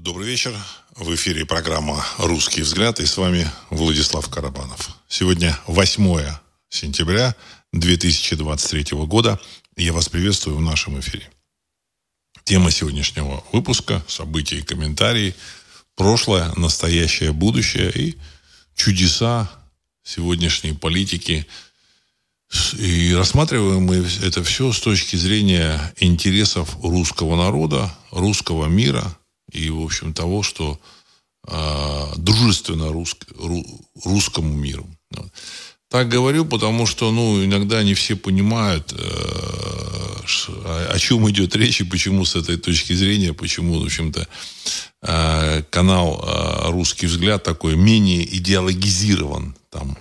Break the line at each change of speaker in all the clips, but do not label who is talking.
Добрый вечер. В эфире программа «Русский взгляд» и с вами Владислав Карабанов. Сегодня 8 сентября 2023 года. И я вас приветствую в нашем эфире. Тема сегодняшнего выпуска – события и комментарии, прошлое, настоящее, будущее и чудеса сегодняшней политики. И рассматриваем мы это все с точки зрения интересов русского народа, русского мира и, в общем, того, что дружественно русскому миру. Так говорю, потому что иногда не все понимают, о чем идет речь и почему с этой точки зрения, почему, в общем-то, канал «Русский взгляд» такой менее идеологизирован там,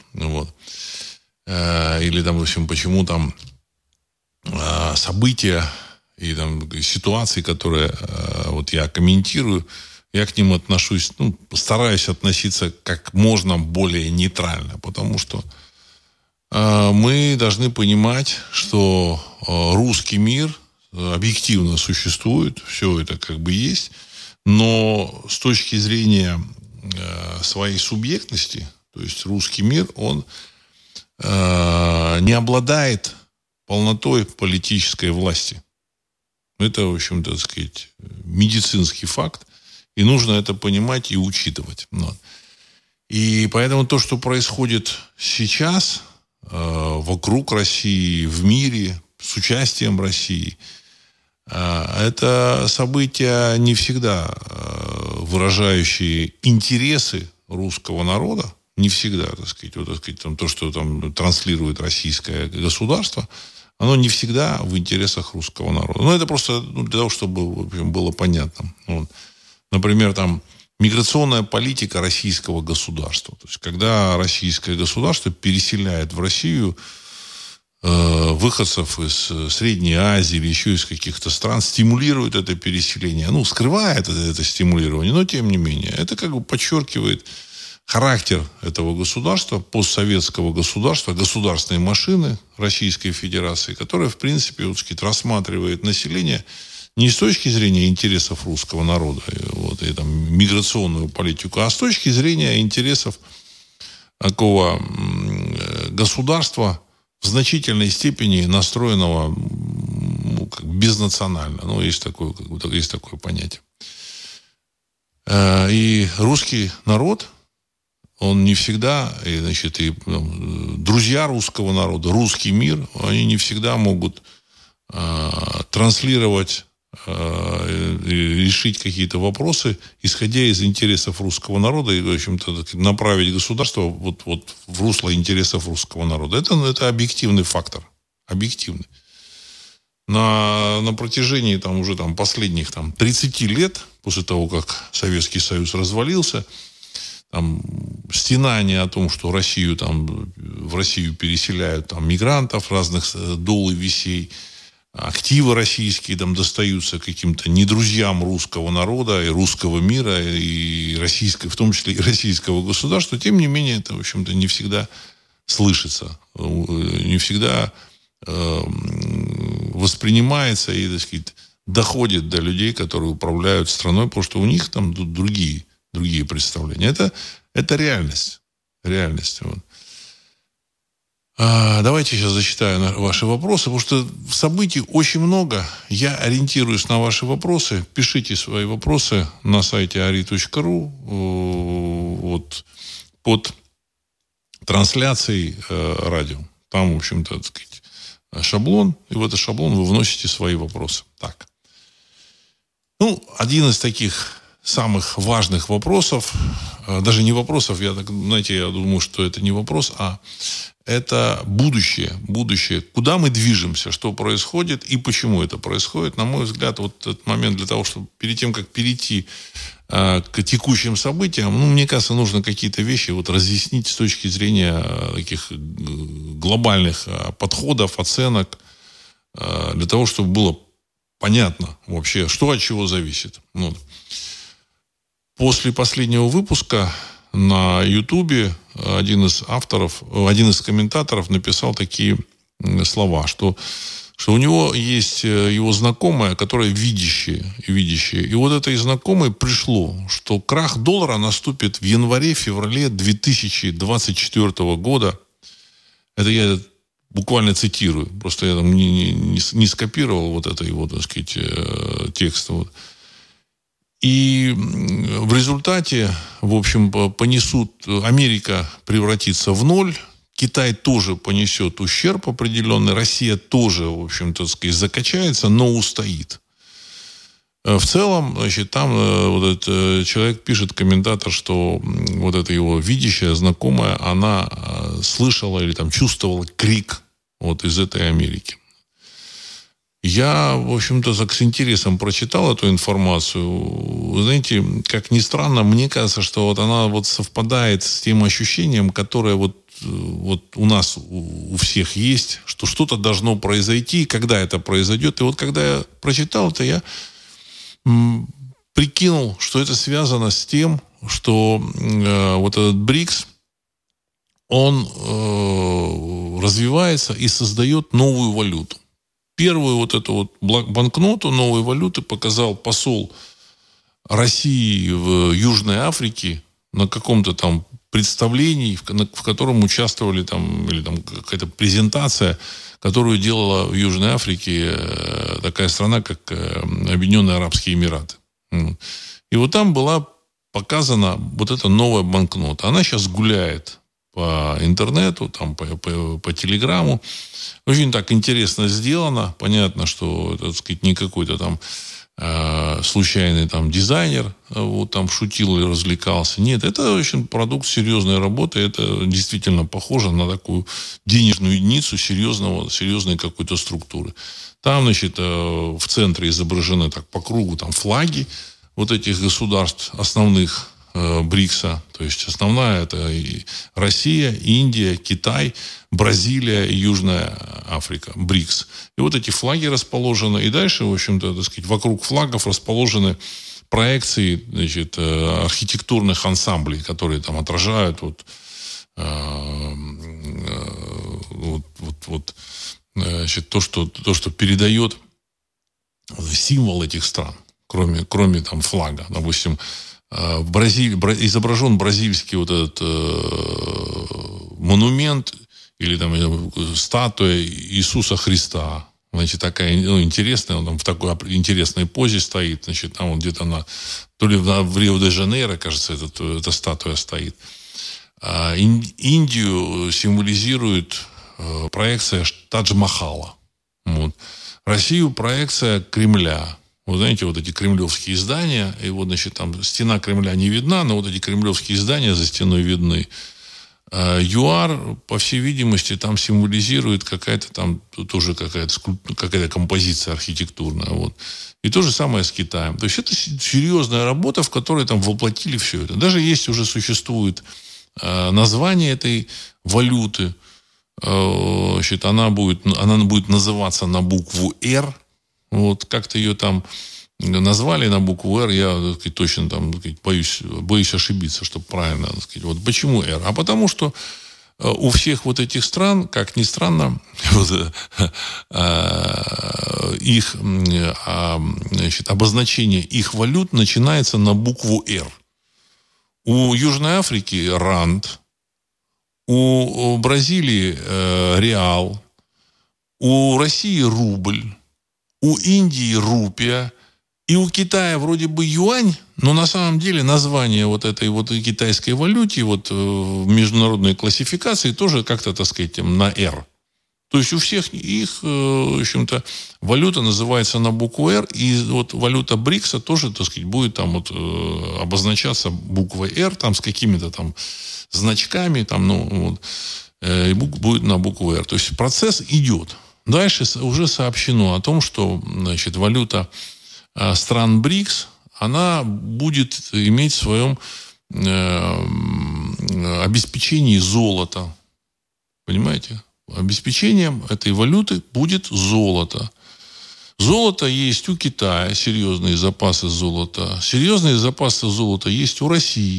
или там, в общем, почему там события и там ситуации, которые вот я комментирую, я к ним отношусь, стараюсь относиться как можно более нейтрально, потому что мы должны понимать, что русский мир объективно существует, все это как бы есть, но с точки зрения своей субъектности, то есть русский мир, он не обладает полнотой политической власти. Это, в общем-то, так сказать, медицинский факт, и нужно это понимать и учитывать. И поэтому то, что происходит сейчас вокруг России, в мире, с участием России, это события не всегда выражающие интересы русского народа, не всегда, так сказать, то, что там транслирует российское государство, оно не всегда в интересах русского народа. Но это просто для того, чтобы, в общем, было понятно. Например, там миграционная политика российского государства. То есть, когда российское государство переселяет в Россию выходцев из Средней Азии или еще из каких-то стран, стимулирует это переселение. Скрывает это стимулирование, но тем не менее. Это как бы подчеркивает характер этого государства, постсоветского государства, государственной машины Российской Федерации, которая, в принципе, рассматривает население не с точки зрения интересов русского народа и там, миграционную политику, а с точки зрения интересов такого государства в значительной степени настроенного безнационально. Есть такое понятие. И русский народ, он не всегда, друзья русского народа, русский мир, они не всегда могут транслировать, решить какие-то вопросы, исходя из интересов русского народа и, в общем-то, направить государство вот в русло интересов русского народа. Это объективный фактор. Объективный. На протяжении уже последних 30 лет, после того, как Советский Союз развалился, стенание о том, что в Россию переселяют мигрантов разных дол и весей, активы российские достаются каким-то недрузьям русского народа и русского мира, и в том числе и российского государства, тем не менее, это, в общем-то, не всегда слышится, не всегда воспринимается и, так сказать, доходит до людей, которые управляют страной, потому что у них другие представления. Это реальность. Реальность. Давайте сейчас зачитаю ваши вопросы, потому что событий очень много. Я ориентируюсь на ваши вопросы. Пишите свои вопросы на сайте ari.ru под трансляцией радио. Там, в общем-то, так сказать, шаблон, и в этот шаблон вы вносите свои вопросы. Так. Один из таких самых важных вопросов, даже не вопросов, я думаю, что это не вопрос, а это будущее. Будущее. Куда мы движемся, что происходит и почему это происходит. На мой взгляд, этот момент для того, чтобы перед тем, как перейти к текущим событиям, мне кажется, нужно какие-то вещи разъяснить с точки зрения таких глобальных подходов, оценок, для того, чтобы было понятно вообще, что от чего зависит. После последнего выпуска на Ютубе один из комментаторов написал такие слова, что что у него есть его знакомая, которая видящая. И вот этой знакомой пришло, что крах доллара наступит в январе-феврале 2024 года. Это я буквально цитирую. Просто я там не скопировал вот это его, так сказать, текст. Вот. И в результате, в общем, Америка превратится в ноль, Китай тоже понесет ущерб определенный, Россия тоже, в общем-то, закачается, но устоит. В целом, значит, там вот этот человек пишет, комментатор, что вот эта его видящая, знакомая, она слышала или там чувствовала крик вот из этой Америки. Я, в общем-то, так с интересом прочитал эту информацию. Вы знаете, как ни странно, мне кажется, что вот она вот совпадает с тем ощущением, которое вот у нас у всех есть, что что-то должно произойти, когда это произойдет. И вот когда я прочитал это, я прикинул, что это связано с тем, что вот этот БРИКС, он развивается и создает новую валюту. Первую вот эту вот банкноту новой валюты показал посол России в Южной Африке на каком-то там представлений, в котором участвовали там, или там какая-то презентация, которую делала в Южной Африке такая страна, как Объединенные Арабские Эмираты. И вот там была показана вот эта новая банкнота. Она сейчас гуляет по интернету, там, по телеграмму. Очень так интересно сделано. Понятно, что, так сказать, не какой-то там случайный там дизайнер вот там шутил или развлекался. Нет, это очень продукт серьезной работы. Это действительно похоже на такую денежную единицу серьезной какой-то структуры. Там, значит, в центре изображены так по кругу там флаги вот этих государств основных БРИКСа. То есть основная это и Россия, Индия, Китай, Бразилия и Южная Африка, БРИКС. И вот эти флаги расположены. И дальше, в общем-то, так сказать, вокруг флагов расположены проекции, значит, архитектурных ансамблей, которые там отражают значит, то, что передает символ этих стран, кроме там флага. Допустим, в Бразилии изображен бразильский вот этот монумент или там статуя Иисуса Христа. Значит, такая интересная, он там в такой интересной позе стоит. Значит, там он где-то то ли в Рио-де-Жанейро, кажется, эта статуя стоит. Индию символизирует проекция Тадж-Махала. Вот. Россию проекция Кремля. Вы знаете, вот эти кремлевские здания, и вот, значит, там стена Кремля не видна, но вот эти кремлевские здания за стеной видны. ЮАР, по всей видимости, там символизирует какая-то там тоже какая-то композиция архитектурная. Вот. И то же самое с Китаем. То есть это серьезная работа, в которой там воплотили все это. Даже есть уже существует название этой валюты. Значит, она будет называться на букву «Р». Вот как-то ее там назвали на букву «Р», я, так сказать, точно там, так сказать, боюсь ошибиться, чтобы правильно, так сказать. Вот почему «Р»? А потому что у всех вот этих стран, как ни странно, их, значит, обозначение их валют начинается на букву «Р». У Южной Африки ранд, у Бразилии реал, у России рубль, у Индии рупия, и у Китая вроде бы юань, но на самом деле название вот этой вот китайской валюте вот в международной классификации тоже как-то, так сказать, на «Р». То есть у всех их, в общем-то, валюта называется на букву «Р», и вот валюта БРИКСа тоже, так сказать, будет там вот обозначаться буквой «Р», там с какими-то там значками, там, ну, вот, и будет на букву «Р». То есть процесс идет. Дальше уже сообщено о том, что, значит, валюта стран БРИКС, она будет иметь в своем обеспечении золото. Понимаете? Обеспечением этой валюты будет золото. Золото есть у Китая, серьезные запасы золота. Серьезные запасы золота есть у России.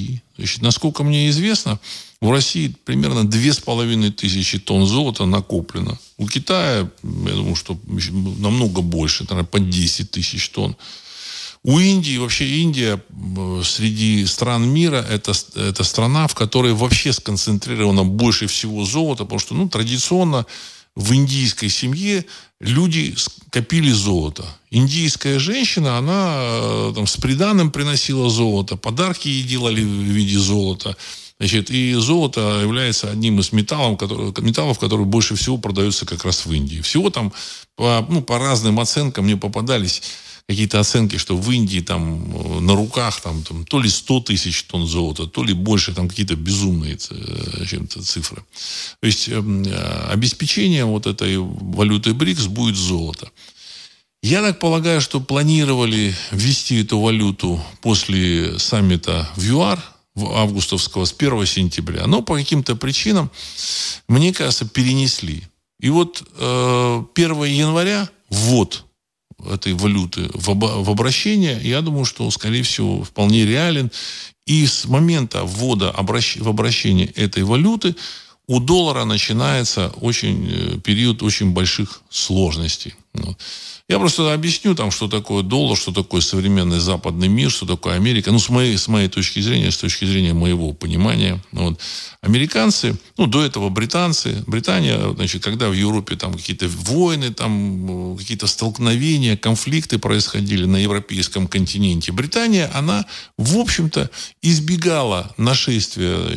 Значит, насколько мне известно, в России примерно 2500 тонн золота накоплено. У Китая, я думаю, что намного больше, наверное, под 10 тысяч тонн. У Индии, вообще Индия среди стран мира это страна, в которой вообще сконцентрировано больше всего золота, потому что традиционно в индийской семье люди копили золото. Индийская женщина, она с приданым приносила золото, подарки ей делали в виде золота. Значит, и золото является одним из металлов, которые больше всего продаются как раз в Индии. Всего там по разным оценкам мне попадались какие-то оценки, что в Индии там на руках там то ли 100 тысяч тонн золота, то ли больше, там какие-то безумные цифры. То есть обеспечение вот этой валюты БРИКС будет золото. Я так полагаю, что планировали ввести эту валюту после саммита в ЮАР, августовского, с 1 сентября. Но по каким-то причинам, мне кажется, перенесли. И вот 1 января ввод этой валюты в обращение, я думаю, что, скорее всего, вполне реален. И с момента ввода в обращение этой валюты у доллара начинается период очень больших сложностей. Я просто объясню, что такое доллар, что такое современный западный мир, что такое Америка. С моей точки зрения, с точки зрения моего понимания. Американцы, до этого британцы. Британия, когда в Европе какие-то войны, какие-то столкновения, конфликты происходили на европейском континенте. Британия, она, в общем-то, избегала нашествия,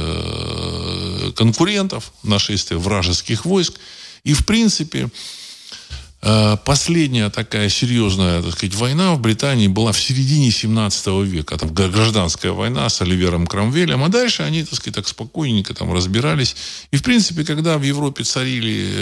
конкурентов, нашествия вражеских войск. И, в принципе, последняя такая серьезная, война в Британии была в середине 17 века. Там гражданская война с Оливером Кромвелем. А дальше они, так спокойненько разбирались. И, в принципе, когда в Европе царили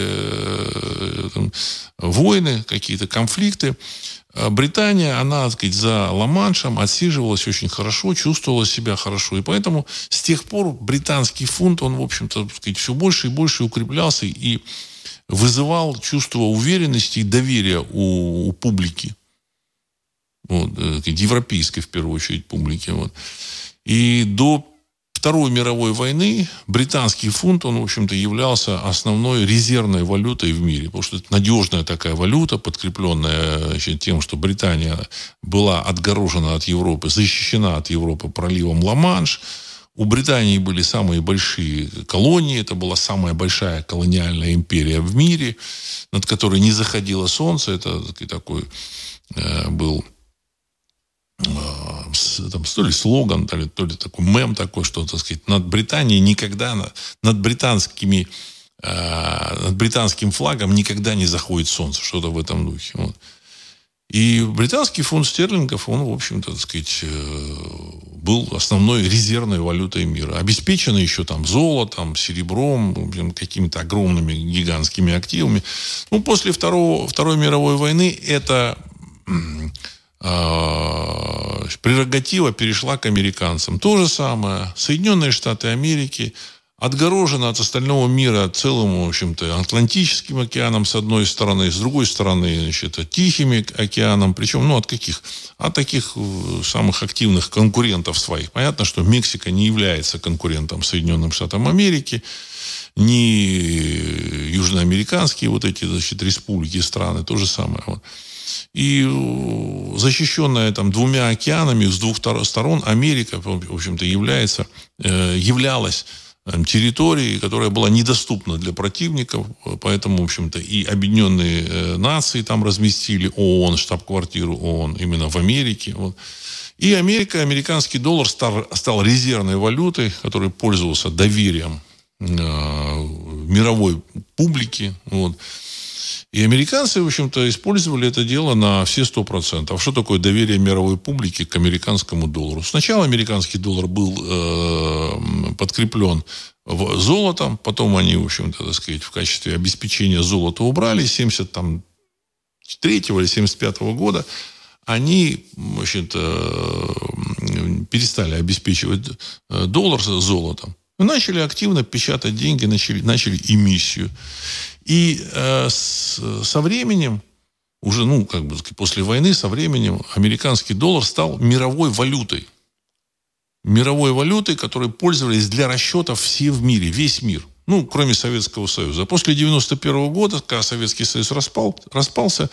войны, какие-то конфликты, Британия, она, за Ла-Маншем отсиживалась очень хорошо, чувствовала себя хорошо. И поэтому с тех пор британский фунт, он, в общем-то, все больше и больше укреплялся и вызывал чувство уверенности и доверия у публики. Европейской, в первую очередь, публики. И до Второй мировой войны британский фунт, он, в общем-то, являлся основной резервной валютой в мире. Потому что это надежная такая валюта, подкрепленная тем, что Британия была отгорожена от Европы, защищена от Европы проливом Ла-Манш. У Британии были самые большие колонии. Это была самая большая колониальная империя в мире, над которой не заходило солнце. Это такой был то ли слоган, то ли такой мем такой, что, над Британией никогда, над британским флагом никогда не заходит солнце. Что-то в этом духе. И британский фунт стерлингов, он, в общем-то, был основной резервной валютой мира. Обеспеченный еще золотом, серебром, в общем, какими-то огромными гигантскими активами. После Второй мировой войны эта прерогатива перешла к американцам. То же самое. Соединенные Штаты Америки отгорожены от остального мира целым, в общем-то, Атлантическим океаном с одной стороны, с другой стороны, Тихим океаном. Причем, от каких? От таких самых активных конкурентов своих. Понятно, что Мексика не является конкурентом Соединенным Штатам Америки, ни южноамериканские эти, республики, страны, то же самое. И защищенная двумя океанами с двух сторон Америка, в общем-то, являлась территорией, которая была недоступна для противников. Поэтому, в общем-то, и Объединенные Нации там разместили ООН, штаб-квартиру ООН именно в Америке. И американский доллар стал резервной валютой, который пользовался доверием мировой публики. И американцы, в общем-то, использовали это дело на все 100%. А что такое доверие мировой публики к американскому доллару? Сначала американский доллар был подкреплен золотом, потом они, в общем-то, в качестве обеспечения золота убрали. С 73-го или 75-го года они, в общем-то, перестали обеспечивать доллар золотом. Начали активно печатать деньги, начали эмиссию. И со временем, уже, после войны, со временем американский доллар стал мировой валютой. мировой валютой, которой пользовались для расчетов все в мире, весь мир. Ну, кроме Советского Союза. После 1991 года, когда Советский Союз распался,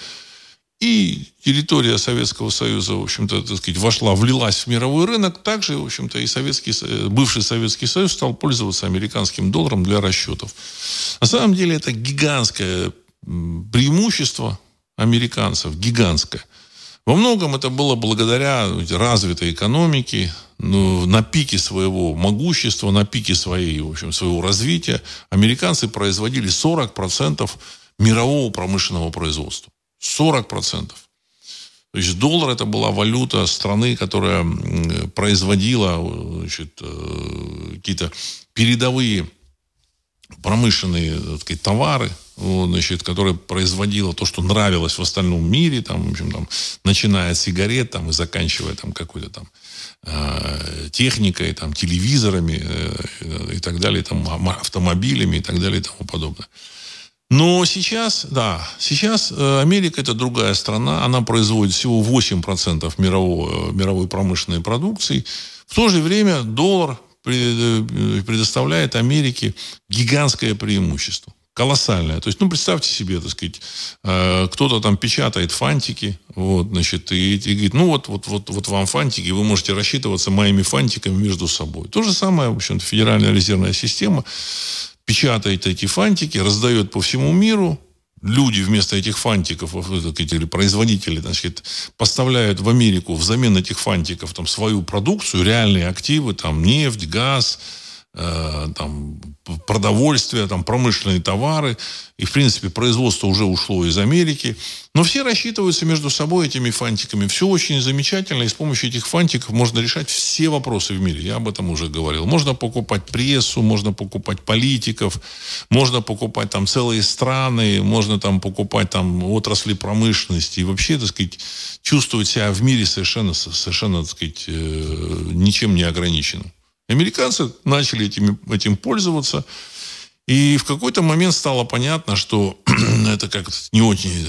и территория Советского Союза, в общем-то, так сказать, влилась в мировой рынок, также, в общем-то, и бывший Советский Союз стал пользоваться американским долларом для расчетов. На самом деле, это гигантское преимущество американцев, гигантское. Во многом это было благодаря развитой экономике, на пике своего могущества, на пике своего развития американцы производили 40% мирового промышленного производства. 40%. То есть доллар — это была валюта страны, которая производила, значит, какие-то передовые промышленные, так сказать, товары, значит, которая производила то, что нравилось в остальном мире, там, в общем, там, начиная от сигарет там, и заканчивая там, какой-то там техникой, там, телевизорами и так далее, там, автомобилями и так далее и тому подобное. Но сейчас Америка — это другая страна. Она производит всего 8% мировой промышленной продукции. В то же время доллар предоставляет Америке гигантское преимущество. Колоссальное. То есть, представьте себе, так сказать, кто-то там печатает фантики, значит, и говорит, вот вам фантики, вы можете рассчитываться моими фантиками между собой. То же самое, в общем-то, Федеральная резервная система печатает эти фантики, раздает по всему миру. Люди вместо этих фантиков, или производители, значит, поставляют в Америку взамен этих фантиков там, свою продукцию, реальные активы, там, нефть, газ, там, продовольствие, там, промышленные товары. И, в принципе, производство уже ушло из Америки. Но все рассчитываются между собой этими фантиками. Все очень замечательно. И с помощью этих фантиков можно решать все вопросы в мире. Я об этом уже говорил. Можно покупать прессу, можно покупать политиков, можно покупать там целые страны, можно там покупать там отрасли промышленности. И вообще, так сказать, чувствовать себя в мире совершенно, так сказать, ничем не ограниченным. Американцы начали этим пользоваться. И в какой-то момент стало понятно, что это как-то не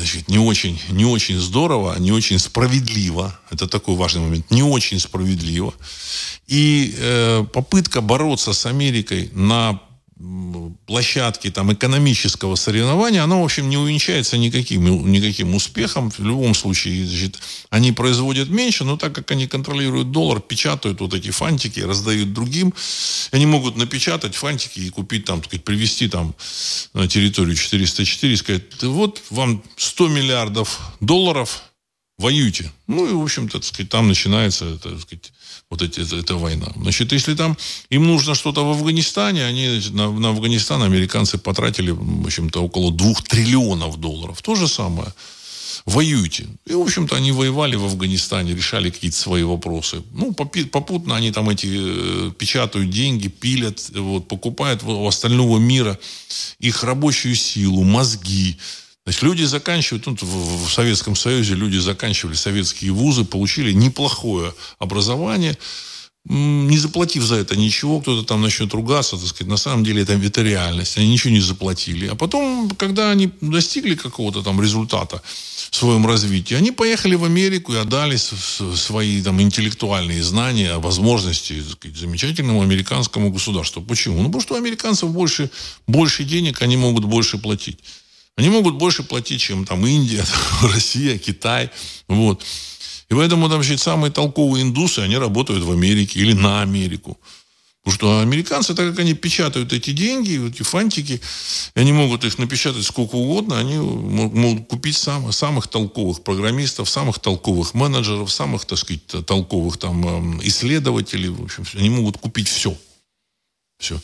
очень здорово, не очень справедливо. Это такой важный момент. Не очень справедливо. И попытка бороться с Америкой на площадке там, экономического соревнования, она, в общем, не увенчается никаким успехом. В любом случае, значит, они производят меньше, но так как они контролируют доллар, печатают вот эти фантики, раздают другим. Они могут напечатать фантики и купить, там, так сказать, привезти там, на территорию 404 и сказать, вот вам 100 миллиардов долларов, воюйте. Ну и, в общем-то, так сказать, там начинается, так сказать, эта война. Значит, если там им нужно что-то в Афганистане, они на Афганистан американцы потратили, в общем-то, около 2 триллионов долларов. То же самое. Воюйте. И, в общем-то, они воевали в Афганистане, решали какие-то свои вопросы. Попутно они там печатают деньги, пилят, покупают у остального мира их рабочую силу, мозги. Значит, люди заканчивают, в Советском Союзе люди заканчивали советские вузы, получили неплохое образование, не заплатив за это ничего, кто-то там начнет ругаться, так сказать, на самом деле это реальность, они ничего не заплатили. А потом, когда они достигли какого-то там результата в своем развитии, они поехали в Америку и отдали свои там интеллектуальные знания, возможности, так сказать, замечательному американскому государству. Почему? Потому что у американцев больше денег, они могут больше платить. Они могут больше платить, чем там Индия, Россия, Китай. Вот. И поэтому там самые толковые индусы, они работают в Америке или на Америку. Потому что американцы, так как они печатают эти деньги, эти фантики, и они могут их напечатать сколько угодно, они могут купить самых толковых программистов, самых толковых менеджеров, самых, так сказать, толковых там исследователей. В общем, они могут купить все. Все.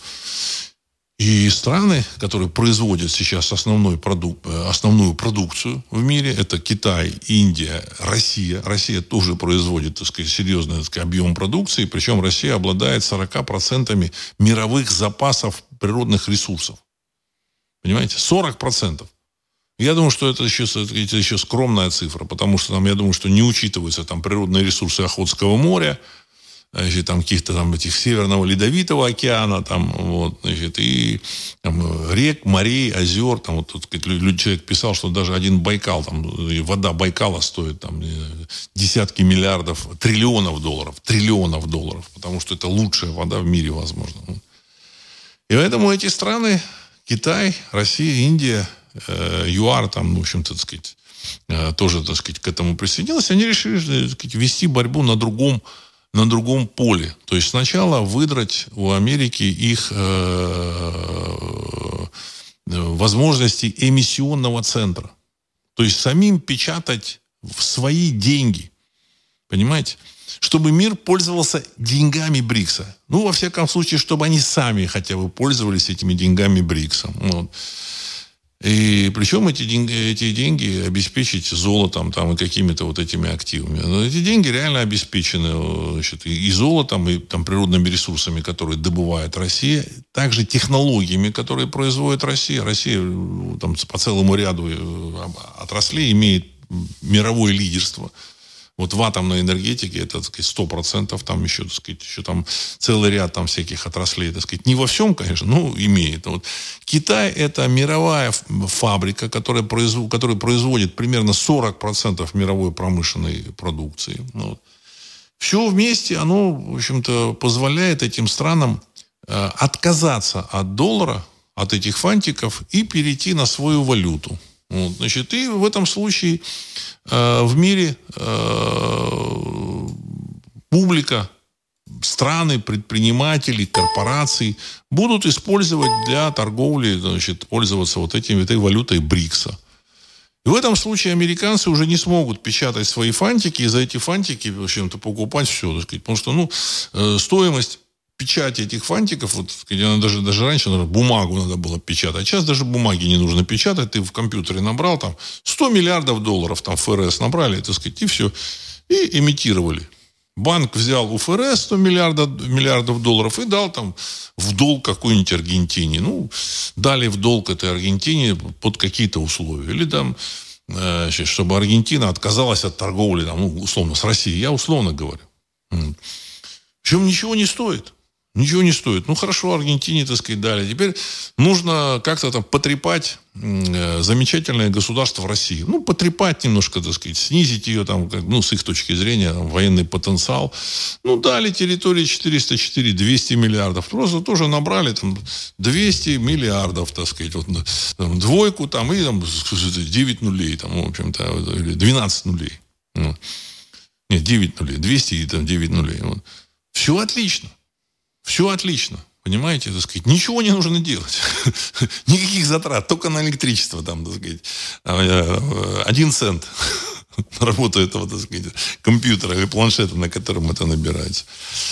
И страны, которые производят сейчас основную продукцию в мире, это Китай, Индия, Россия. Россия тоже производит, так сказать, серьезный, так сказать, объем продукции. Причем Россия обладает 40% мировых запасов природных ресурсов. Понимаете? 40%. Я думаю, что это еще скромная цифра, потому что там, я думаю, что не учитываются там природные ресурсы Охотского моря, значит, там каких-то там этих Северного Ледовитого океана, там, вот, значит, и там, рек, морей, озер, там, вот тут человек писал, что даже один Байкал, там, вода Байкала стоит там десятки миллиардов, триллионов долларов, потому потому что это лучшая вода в мире, возможно. И поэтому эти страны, Китай, Россия, Индия, ЮАР, там, в общем-то, так сказать, тоже, так сказать, к этому присоединилась, они решили, так сказать, вести борьбу на другом поле. То есть сначала выдрать у Америки их возможности эмиссионного центра. То есть самим печатать в свои деньги. Понимаете? Чтобы мир пользовался деньгами БРИКСа. Ну, во всяком случае, чтобы они сами хотя бы пользовались этими деньгами БРИКСа. Вот. И причем эти деньги обеспечить золотом там, и какими-то вот этими активами. Но эти деньги реально обеспечены, значит, и золотом, и там, природными ресурсами, которые добывает Россия, также технологиями, которые производит Россия. Россия там, по целому ряду отраслей имеет мировое лидерство. Вот в атомной энергетике это, так сказать, 100%, там еще, так сказать, еще там целый ряд там всяких отраслей, так сказать, не во всем, конечно, но имеет. Вот. Китай – это мировая фабрика, которая производит примерно 40% мировой промышленной продукции. Вот. Все вместе, оно, в общем-то, позволяет этим странам отказаться от доллара, от этих фантиков и перейти на свою валюту. Вот, значит, и в этом случае в мире публика, страны, предприниматели, корпорации будут использовать для торговли, значит, пользоваться вот этой валютой БРИКСа. И в этом случае американцы уже не смогут печатать свои фантики и за эти фантики, в общем-то, покупать все, так сказать, потому что, стоимость печати этих фантиков, вот, даже раньше, наверное, бумагу надо было печатать. А сейчас даже бумаги не нужно печатать. Ты в компьютере набрал там 100 миллиардов долларов, там ФРС набрали, так сказать, и все. И имитировали. Банк взял у ФРС 100 миллиардов долларов и дал там в долг какой-нибудь Аргентине. Ну, дали в долг этой Аргентине под какие-то условия. Или там, чтобы Аргентина отказалась от торговли, там, условно, с Россией. Я условно говорю. Причем ничего не стоит. Ничего не стоит. Ну, хорошо, Аргентине, так сказать, дали. Теперь нужно как-то там потрепать замечательное государство в России. Ну, потрепать немножко, так сказать, снизить ее там, с их точки зрения, там, военный потенциал. Ну, дали территории 404, 200 миллиардов. Просто тоже набрали там 200 миллиардов, так сказать, вот, там, двойку там и там 9 нулей, там, в общем-то, или 12 нулей. Ну, нет, 9 нулей, 200 и там 9 нулей. Вот. Все отлично. Все отлично. Понимаете, так сказать, ничего не нужно делать. Никаких затрат, только на электричество там, так сказать, 1 цент на работу этого, так сказать, компьютера или планшета, на котором это набирается.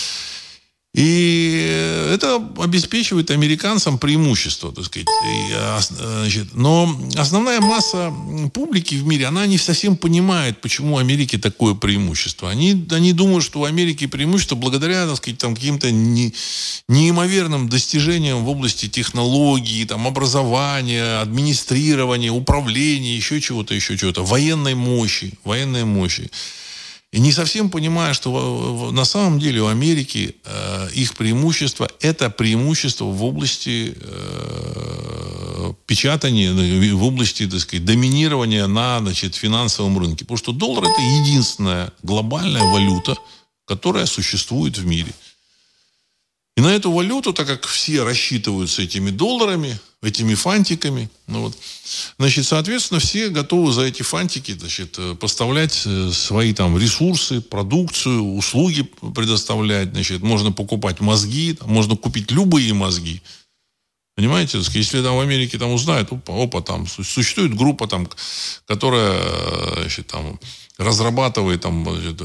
И это обеспечивает американцам преимущество, так сказать. Но основная масса публики в мире, она не совсем понимает, почему у Америки такое преимущество. Они думают, что у Америки преимущество благодаря, так сказать, там, каким-то неимоверным достижениям в области технологий, там, образования, администрирования, управления, еще чего-то, военной мощи. И не совсем понимая, что на самом деле у Америки их преимущество – это преимущество в области печатания, в области, так сказать, доминирования на, значит, финансовом рынке. Потому что доллар – это единственная глобальная валюта, которая существует в мире. И на эту валюту, так как все рассчитываются этими долларами, этими фантиками, значит, соответственно, все готовы за эти фантики, значит, поставлять свои там ресурсы, продукцию, услуги предоставлять. Значит, можно покупать мозги, можно купить любые мозги. Понимаете? Если там в Америке там узнают, там существует группа, там, которая, значит, там, разрабатывает там, значит,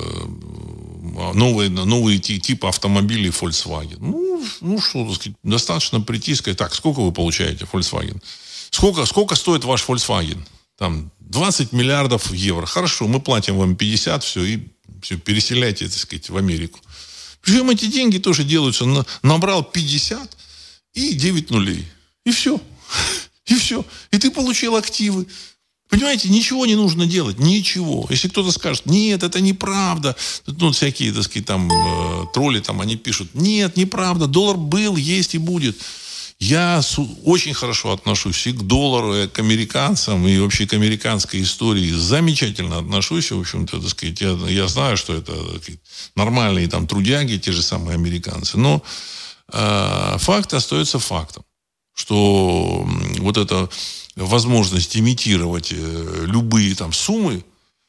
новые типы автомобилей Volkswagen. Ну что, так сказать, достаточно прийти и сказать: так, сколько вы получаете, Volkswagen? Сколько стоит ваш Volkswagen? Там 20 миллиардов евро. Хорошо, мы платим вам 50, все, переселяйте, так сказать, в Америку. Причем эти деньги тоже делаются. Набрал 50 и 9 нулей. И все. И все. И ты получил активы. Понимаете, ничего не нужно делать. Ничего. Если кто-то скажет: нет, это неправда. Всякие, так сказать, там, тролли, там, они пишут: нет, неправда. Доллар был, есть и будет. Я очень хорошо отношусь и к доллару, и к американцам, и вообще к американской истории. Замечательно отношусь, в общем-то, так сказать. Я знаю, что это нормальные там трудяги, те же самые американцы. Но факт остается фактом, что вот эта возможность имитировать любые там суммы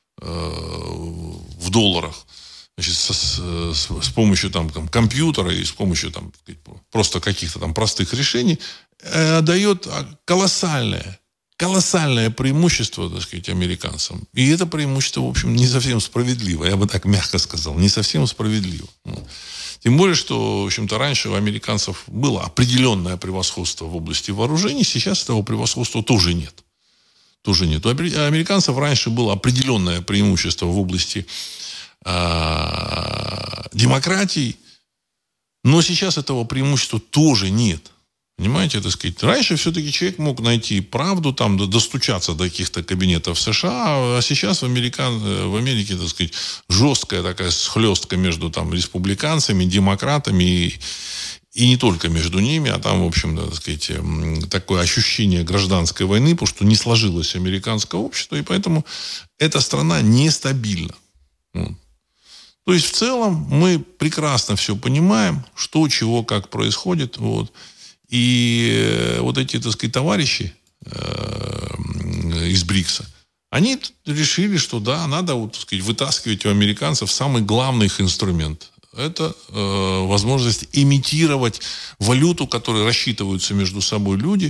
в долларах, значит, с помощью там, компьютера и с помощью там, просто каких-то там простых решений дает колоссальное преимущество, так сказать, американцам. И это преимущество, в общем, не совсем справедливо. Я бы так мягко сказал. Не совсем справедливо. Тем более, что, в общем-то, раньше у американцев было определенное превосходство в области вооружений. Сейчас этого превосходства тоже нет. У американцев раньше было определенное преимущество в области демократии, но сейчас этого преимущества тоже нет. Понимаете, так сказать, раньше все-таки человек мог найти правду, там, достучаться до каких-то кабинетов США, а сейчас в Америке, так сказать, жесткая такая схлестка между там республиканцами, демократами и не только между ними, а там, в общем, так сказать, такое ощущение гражданской войны, потому что не сложилось американское общество, и поэтому эта страна нестабильна. То есть, в целом, мы прекрасно все понимаем, что, чего, как происходит. Вот. И вот эти, так сказать, товарищи из БРИКСа, они решили, что да, надо, вот, так сказать, вытаскивать у американцев самый главный их инструмент. Это возможность имитировать валюту, которой рассчитываются между собой люди,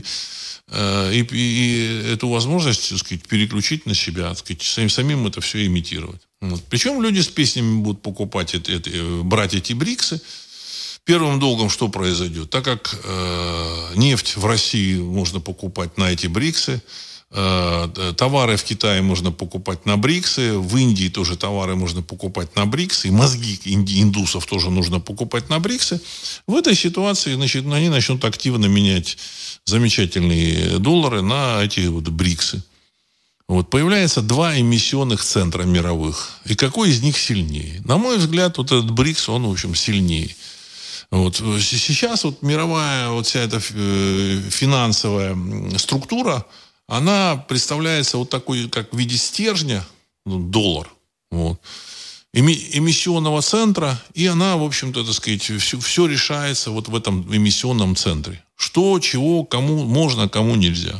и эту возможность, так сказать, переключить на себя, так сказать, самим это все имитировать. Вот. Причем люди с песнями будут покупать брать эти БРИКСы. Первым долгом что произойдет? Так как нефть в России можно покупать на эти БРИКСы, товары в Китае можно покупать на БРИКСы, в Индии тоже товары можно покупать на БРИКСы, и мозги индусов тоже нужно покупать на БРИКСы. В этой ситуации, значит, они начнут активно менять замечательные доллары на эти вот БРИКСы. Вот, появляется два эмиссионных центра мировых. И какой из них сильнее? На мой взгляд, вот этот БРИКС, он, в общем, сильнее. Вот. Сейчас вот мировая вот вся эта финансовая структура, она представляется вот такой, как в виде стержня, доллар, вот, эмиссионного центра, и она, в общем-то, так сказать, все решается вот в этом эмиссионном центре. Что, чего, кому можно, кому нельзя.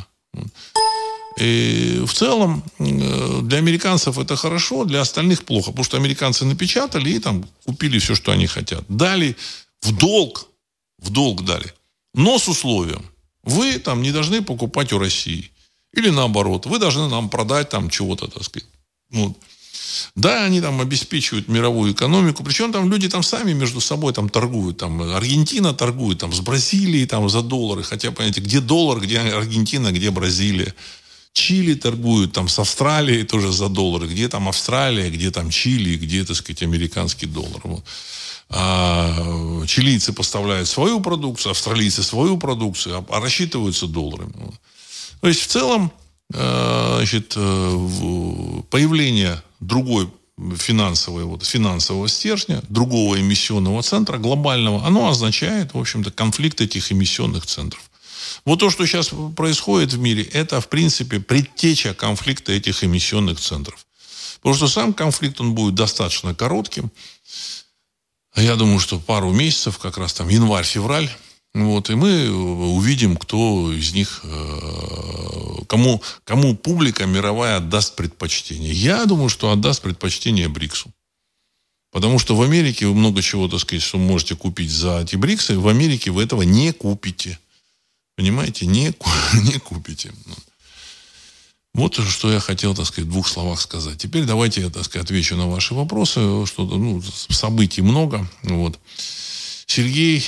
И в целом для американцев это хорошо, для остальных плохо, потому что американцы напечатали и там купили все, что они хотят. Дали в долг дали, но с условием: вы там не должны покупать у России. Или наоборот, вы должны нам продать там чего-то, так сказать. Вот. Да, они там обеспечивают мировую экономику, причем там люди там сами между собой там торгуют. Там Аргентина торгует там с Бразилией там за доллары, хотя, понимаете, где доллар, где Аргентина, где Бразилия. Чили торгуют там с Австралией тоже за доллары, где там Австралия, где там Чили, где, так сказать, американский доллар. Вот. А чилийцы поставляют свою продукцию, австралийцы свою продукцию, а рассчитываются долларами. Вот. То есть, в целом, значит, появление другой финансового стержня, другого эмиссионного центра, глобального, оно означает, в общем-то, конфликт этих эмиссионных центров. Вот то, что сейчас происходит в мире, это, в принципе, предтеча конфликта этих эмиссионных центров. Потому что сам конфликт, он будет достаточно коротким. Я думаю, что пару месяцев, как раз там январь-февраль, вот, и мы увидим, кто из них, кому публика мировая отдаст предпочтение. Я думаю, что отдаст предпочтение БРИКСу. Потому что в Америке вы много чего, так сказать, что можете купить за эти БРИКСы, в Америке вы этого не купите. Понимаете? Не купите. Вот что я хотел, так сказать, в двух словах сказать. Теперь давайте я, так сказать, отвечу на ваши вопросы. Событий много. Вот. Сергей,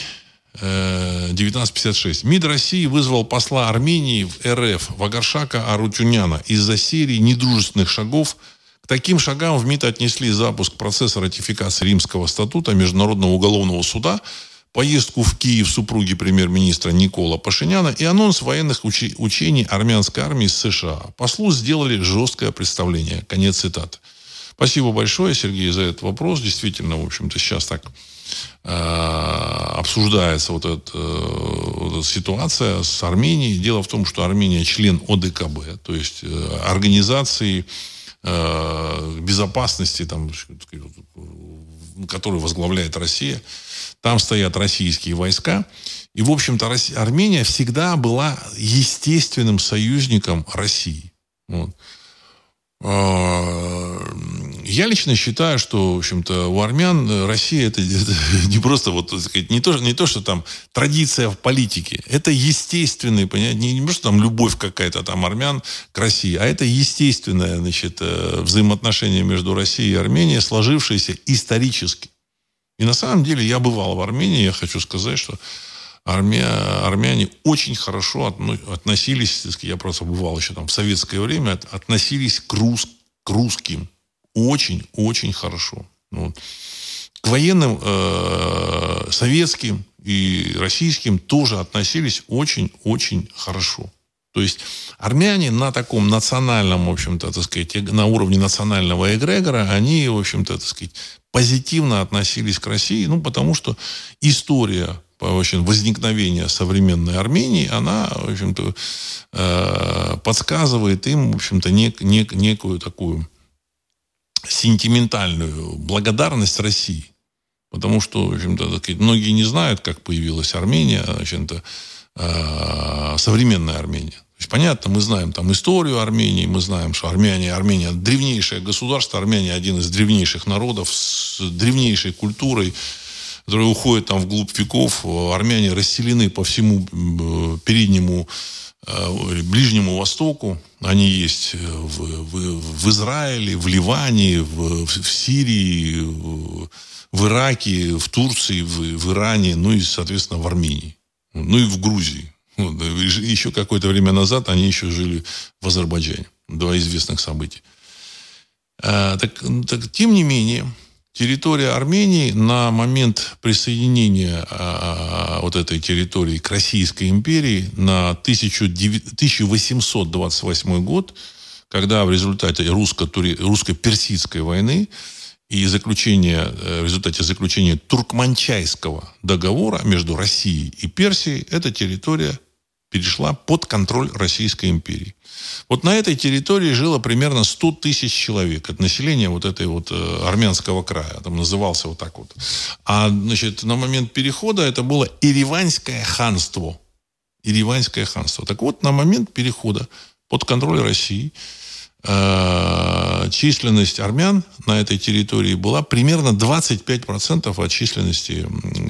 1956. МИД России вызвал посла Армении в РФ Вагаршака Арутюняна из-за серии недружественных шагов. К таким шагам в МИД отнесли запуск процесса ратификации Римского статута Международного уголовного суда, поездку в Киев супруги премьер-министра Никола Пашиняна и анонс военных учений армянской армии с США. Послу сделали жесткое представление. Конец цитаты. Спасибо большое, Сергей, за этот вопрос. Действительно, в общем-то, сейчас так обсуждается вот эта ситуация с Арменией. Дело в том, что Армения член ОДКБ, то есть Организации безопасности, там, которую возглавляет Россия. Там стоят российские войска. И, в общем-то, Армения всегда была естественным союзником России. Вот. Я лично считаю, что, в общем-то, у армян Россия это не просто вот, так сказать, не то, что там традиция в политике. Это естественный, понятие, не просто там любовь какая-то там армян к России, а это естественное, значит, взаимоотношение между Россией и Арменией, сложившееся исторически. И на самом деле я бывал в Армении, я хочу сказать, что армяне очень хорошо относились, я просто бывал еще там в советское время, относились к русским очень-очень хорошо. Вот. К военным советским и российским тоже относились очень-очень хорошо. То есть армяне на таком национальном, в общем-то, так сказать, на уровне национального эгрегора, они, в общем-то, так сказать, позитивно относились к России, потому что история возникновения современной Армении, она, в общем-то, подсказывает им, в общем-то, некую такую сентиментальную благодарность России. Потому что, в общем-то, так сказать, многие не знают, как появилась Армения, в общем-то, современная Армения. То есть, понятно, мы знаем там историю Армении, мы знаем, что Армения древнейшее государство, Армения один из древнейших народов с древнейшей культурой, которые уходят там вглубь веков. Армяне расселены по всему переднему, Ближнему Востоку. Они есть в Израиле, в Ливане, в Сирии, в Ираке, в Турции, в Иране, и, соответственно, в Армении. И в Грузии. Еще какое-то время назад они еще жили в Азербайджане. До известных событий. Тем не менее, территория Армении на момент присоединения вот этой территории к Российской империи на 1828 год, когда в результате русско-персидской войны и в результате заключения Туркманчайского договора между Россией и Персией, эта территория перешла под контроль Российской империи. Вот на этой территории жило примерно 100 тысяч человек от населения вот этой вот армянского края. Там назывался вот так вот. А, значит, на момент перехода это было Ереванское ханство. Ереванское ханство. Так вот, на момент перехода под контроль России численность армян на этой территории была примерно 25% от численности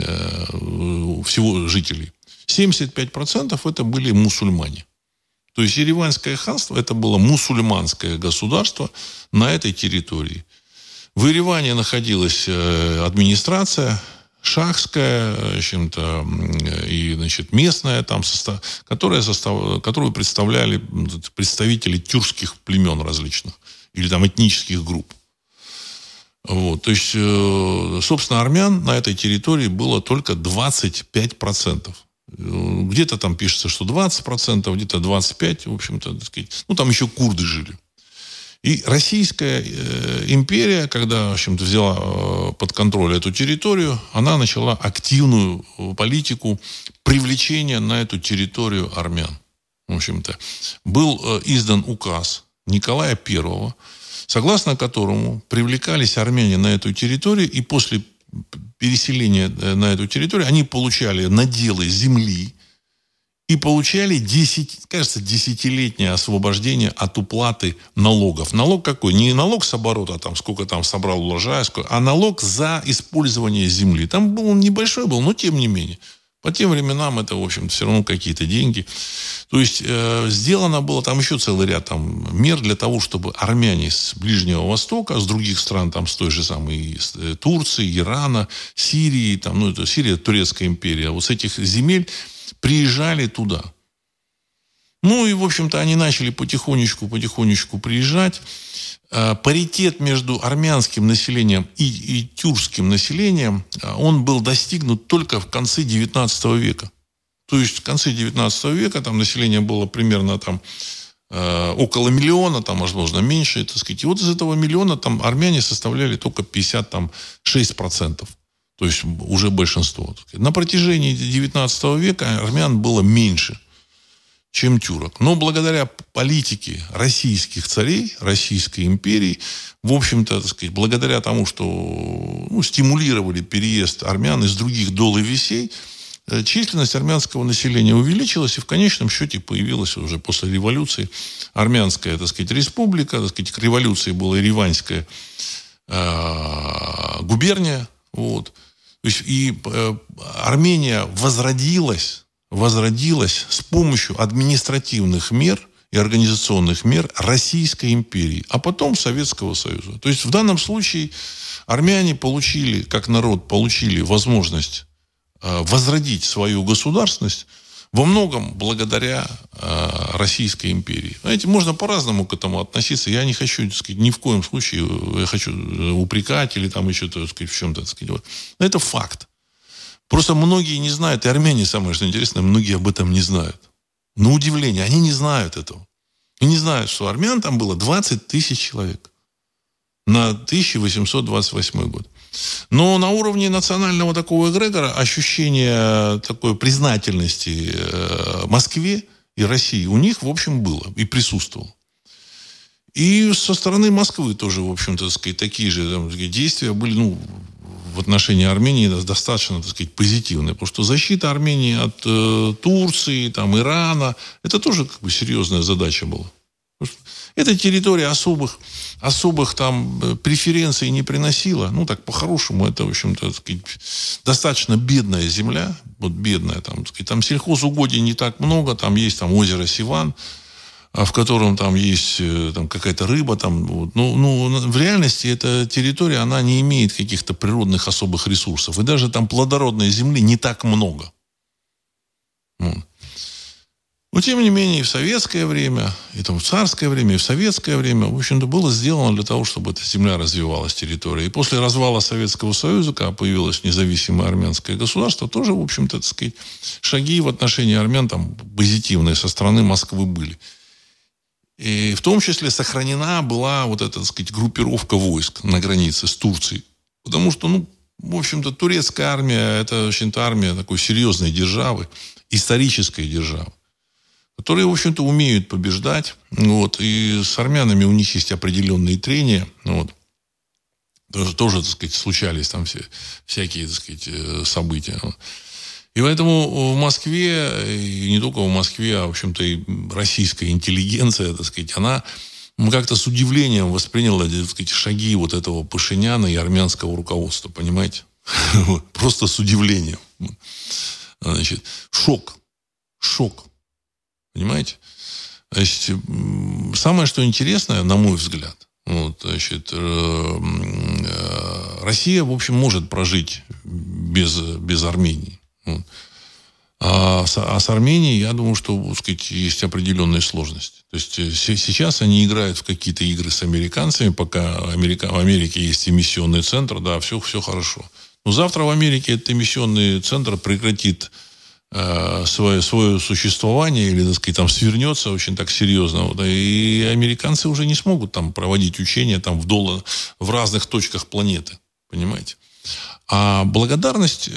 всего жителей. 75% это были мусульмане. То есть Ереванское ханство это было мусульманское государство на этой территории. В Ереване находилась администрация шахская, в общем-то, и, значит, местная, там, которую представляли представители тюркских племен различных или там этнических групп. Вот. То есть, собственно, армян на этой территории было только 25%. Где-то там пишется, что 20%, где-то 25%, в общем-то, так сказать. Там еще курды жили. И Российская империя, когда, в общем-то, взяла под контроль эту территорию, она начала активную политику привлечения на эту территорию армян. В общем-то, был издан указ Николая I, согласно которому привлекались армяне на эту территорию, и после переселения на эту территорию они получали наделы земли и получали десятилетнее освобождение от уплаты налогов. Налог какой? Не налог с оборота, там, сколько там собрал урожая, а налог за использование земли. Там был небольшой, но тем не менее. По тем временам это, в общем, все равно какие-то деньги. То есть сделано было там еще целый ряд мер для того, чтобы армяне с Ближнего Востока, с других стран, там, с той же самой Турции, Ирана, Сирии, там, это Сирия, Турецкая империя, вот с этих земель приезжали туда. И, в общем-то, они начали потихонечку приезжать. Паритет между армянским населением и тюркским населением, он был достигнут только в конце XIX века. То есть в конце XIX века там население было примерно около миллиона, возможно, меньше, так сказать. И вот из этого миллиона армяне составляли только 56%. То То есть уже большинство. На протяжении XIX века армян было меньше, чем тюрок. Но благодаря политике российских царей, Российской империи, в общем-то, так сказать, благодаря тому, что стимулировали переезд армян из других дол и весей, численность армянского населения увеличилась, и в конечном счете появилась уже после революции армянская, так сказать, республика. Так сказать, к революции была Ереванская губерния. Вот. То есть, и Армения возродилась с помощью административных мер и организационных мер Российской империи, а потом Советского Союза. То есть в данном случае армяне получили, как народ, получили возможность возродить свою государственность во многом благодаря Российской империи. Знаете, можно по-разному к этому относиться. Я не хочу, так сказать, ни в коем случае упрекать или там еще, так сказать, в чем-то, так сказать. Но это факт. Просто многие не знают, и армяне, самое что интересное, многие об этом не знают. На удивление, они не знают этого. И не знают, что армян там было 20 тысяч человек на 1828 год. Но на уровне национального такого эгрегора ощущение такой признательности Москве и России у них, в общем, было и присутствовало. И со стороны Москвы тоже, в общем-то, так сказать, такие же действия были, в отношении Армении достаточно, так сказать, позитивные. Потому что защита Армении от Турции, там, Ирана, это тоже как бы серьезная задача была. Эта территория особых там преференций не приносила. Так, по-хорошему, это, в общем-то, так сказать, достаточно бедная земля. Вот бедная, там, так сказать, там сельхозугодий не так много. Там есть там озеро Сиван, в котором там есть там, какая-то рыба. Там, вот. В реальности эта территория, она не имеет каких-то природных особых ресурсов. И даже там плодородной земли не так много. Но, тем не менее, и в советское время, и там в царское время, и в советское время, в общем-то, было сделано для того, чтобы эта земля развивалась, территория. И после развала Советского Союза, когда появилось независимое армянское государство, тоже, в общем-то, так сказать, шаги в отношении армян там позитивные со стороны Москвы были. И в том числе сохранена была вот эта, так сказать, группировка войск на границе с Турцией. Потому что, в общем-то, турецкая армия, это, в общем-то, армия такой серьезной державы, исторической державы, которые, в общем-то, умеют побеждать. И с армянами у них есть определенные трения. Тоже, так сказать, случались там всякие, так сказать, события. И поэтому в Москве, и не только в Москве, а, в общем-то, и российская интеллигенция, так сказать, она как-то с удивлением восприняла, так сказать, шаги вот этого Пашиняна и армянского руководства, понимаете? Просто с удивлением. Значит, шок. Понимаете? Значит, самое, что интересное, на мой взгляд, Россия, в общем, может прожить без Армении. А с Арменией, я думаю, что, так сказать, есть определенные сложности. То есть сейчас они играют в какие-то игры с американцами, пока в Америке есть эмиссионный центр, да, все хорошо. Но завтра в Америке этот эмиссионный центр прекратит свое существование или, так сказать, там свернется очень так серьезно. И американцы уже не смогут там проводить учения там в разных точках планеты. Понимаете? А благодарность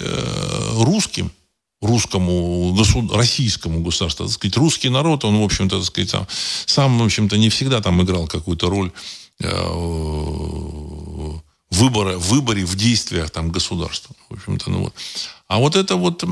российскому государству, так сказать, русский народ, он, в общем-то, так сказать, сам, в общем-то, не всегда там играл какую-то роль в выборе, в действиях там государства. В общем-то, А вот это вот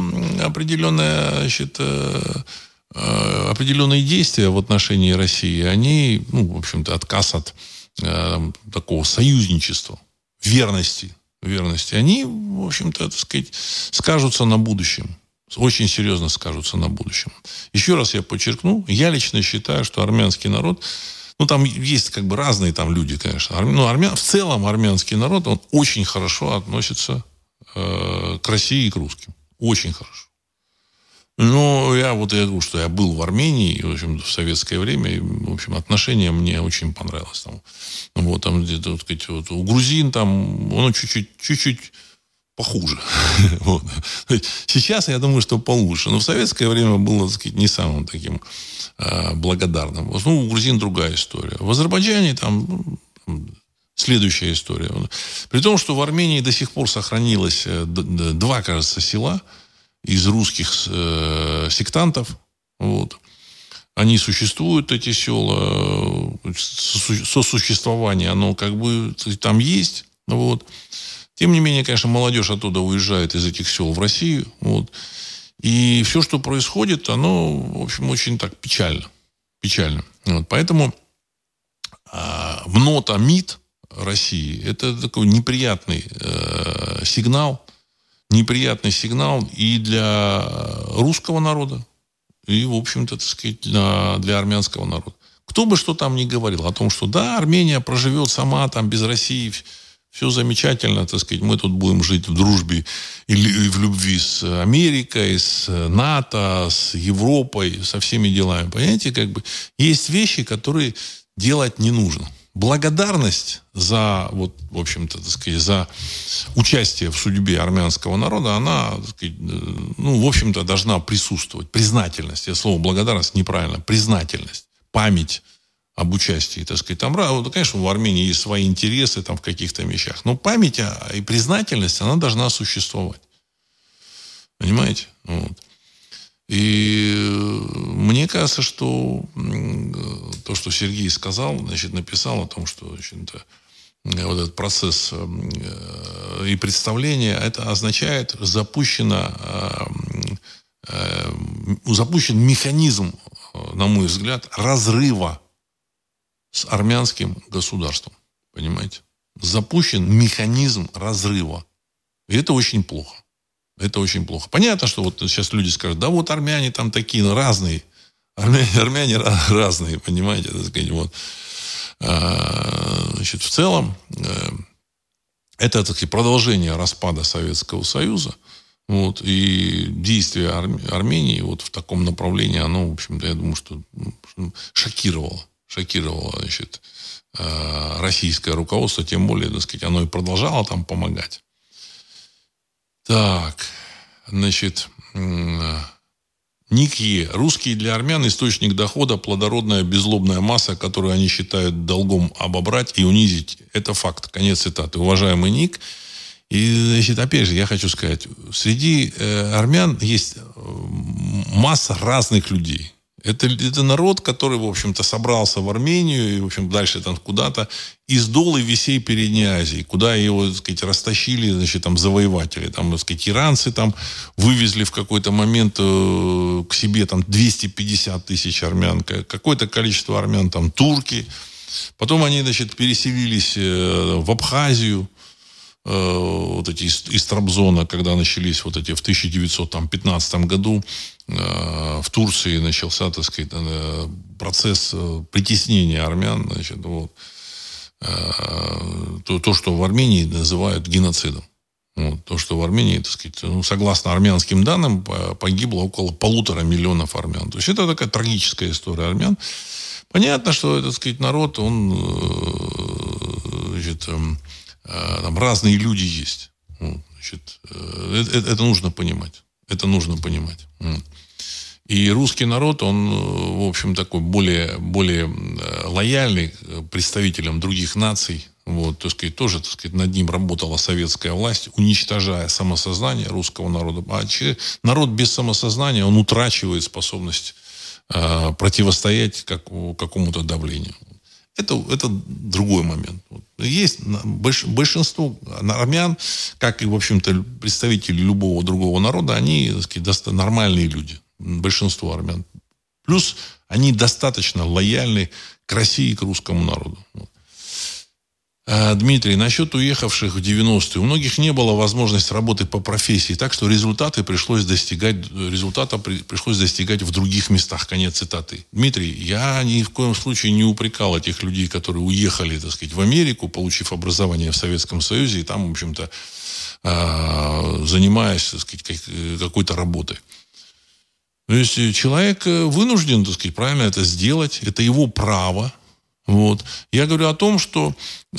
определенные действия в отношении России, они, в общем-то, отказ от такого союзничества, верности, они, в общем-то, так сказать, скажутся на будущем. Очень серьезно скажутся на будущем. Еще раз я подчеркну, я лично считаю, что армянский народ, там есть как бы разные там люди, конечно. В целом армянский народ, он очень хорошо относится к России и к русским. Очень хорошо. Но я говорю, что я был в Армении, в общем, в советское время, и, в общем, отношение мне очень понравилось. Там где-то, так сказать, у грузин там, оно чуть-чуть похуже. Сейчас, я думаю, что получше. Но в советское время было, так сказать, не самым таким благодарным. У грузин другая история. В Азербайджане там Следующая история. При том, что в Армении до сих пор сохранилось два, кажется, села из русских сектантов. Вот. Они существуют, эти села, сосуществование, оно как бы там есть. Вот. Тем не менее, конечно, молодежь оттуда уезжает из этих сел в Россию. Вот. И все, что происходит, оно, в общем, очень так печально. Печально. Вот. Поэтому МНОТА, МИД России, это такой неприятный сигнал и для русского народа, и, в общем-то, так сказать, для армянского народа. Кто бы что там ни говорил о том, что да, Армения проживет сама там без России, все замечательно, так сказать, мы тут будем жить в дружбе и в любви с Америкой, с НАТО, с Европой, со всеми делами. Понимаете, как бы есть вещи, которые делать не нужно. Благодарность за, вот, в общем-то, так сказать, за участие в судьбе армянского народа, она, так сказать, в общем-то, должна присутствовать. Признательность. Я слово благодарность неправильно. Признательность. Память об участии, так сказать. Там, конечно, в Армении есть свои интересы там, в каких-то вещах. Но память и признательность, она должна существовать. Понимаете? Вот. И мне кажется, что то, что Сергей сказал, значит, написал о том, что, значит, вот этот процесс и представление, это означает запущен механизм, на мой взгляд, разрыва с армянским государством. Понимаете? Запущен механизм разрыва. И это очень плохо. Это очень плохо. Понятно, что вот сейчас люди скажут, да вот армяне там такие, разные. Армяне разные, понимаете, так сказать, вот. Значит, в целом, это, так сказать, продолжение распада Советского Союза. Вот, и действие Армении вот в таком направлении, оно, в общем-то, я думаю, что шокировало, значит, российское руководство, тем более, так сказать, оно и продолжало там помогать. Так, значит, ник Е. Русские для армян источник дохода, плодородная беззлобная масса, которую они считают долгом обобрать и унизить. Это факт. Конец цитаты. Уважаемый ник. И, значит, опять же, я хочу сказать, среди армян есть масса разных людей. Это народ, который, в общем-то, собрался в Армению и, в общем, дальше там куда-то из долы весей Передней Азии, куда его, так сказать, растащили, значит, там, завоеватели. Там, так сказать, иранцы там вывезли в какой-то момент к себе там 250 тысяч армян, какое-то количество армян там турки. Потом они, значит, переселились в Абхазию, вот эти из Трабзона, когда начались вот эти в 1915 году в Турции начался, так сказать, процесс притеснения армян, значит, вот, то, что в Армении называют геноцидом. Вот, то, что в Армении, так сказать, согласно армянским данным, погибло около 1,5 миллиона армян. То есть это такая трагическая история армян. Понятно, что, так сказать, народ, он, значит, там разные люди есть. Значит, это нужно понимать. Это нужно понимать. И русский народ, он, в общем, такой более лояльный к представителям других наций. Вот, так сказать, тоже, так сказать, над ним работала советская власть, уничтожая самосознание русского народа. А народ без самосознания, он утрачивает способность противостоять какому-то давлению. Это другой момент. Есть большинство армян, как и, в общем-то, представители любого другого народа, они, так сказать, нормальные люди. Большинство армян. Плюс они достаточно лояльны к России и к русскому народу. Дмитрий, насчет уехавших в 90-е. У многих не было возможности работать по профессии, так что результата пришлось достигать в других местах. Конец цитаты. Дмитрий, я ни в коем случае не упрекал этих людей, которые уехали, так сказать, в Америку, получив образование в Советском Союзе, и там, в общем-то, занимаясь, так сказать, какой-то работой. То есть человек вынужден, так сказать, правильно это сделать. Это его право. Вот. Я говорю о том, что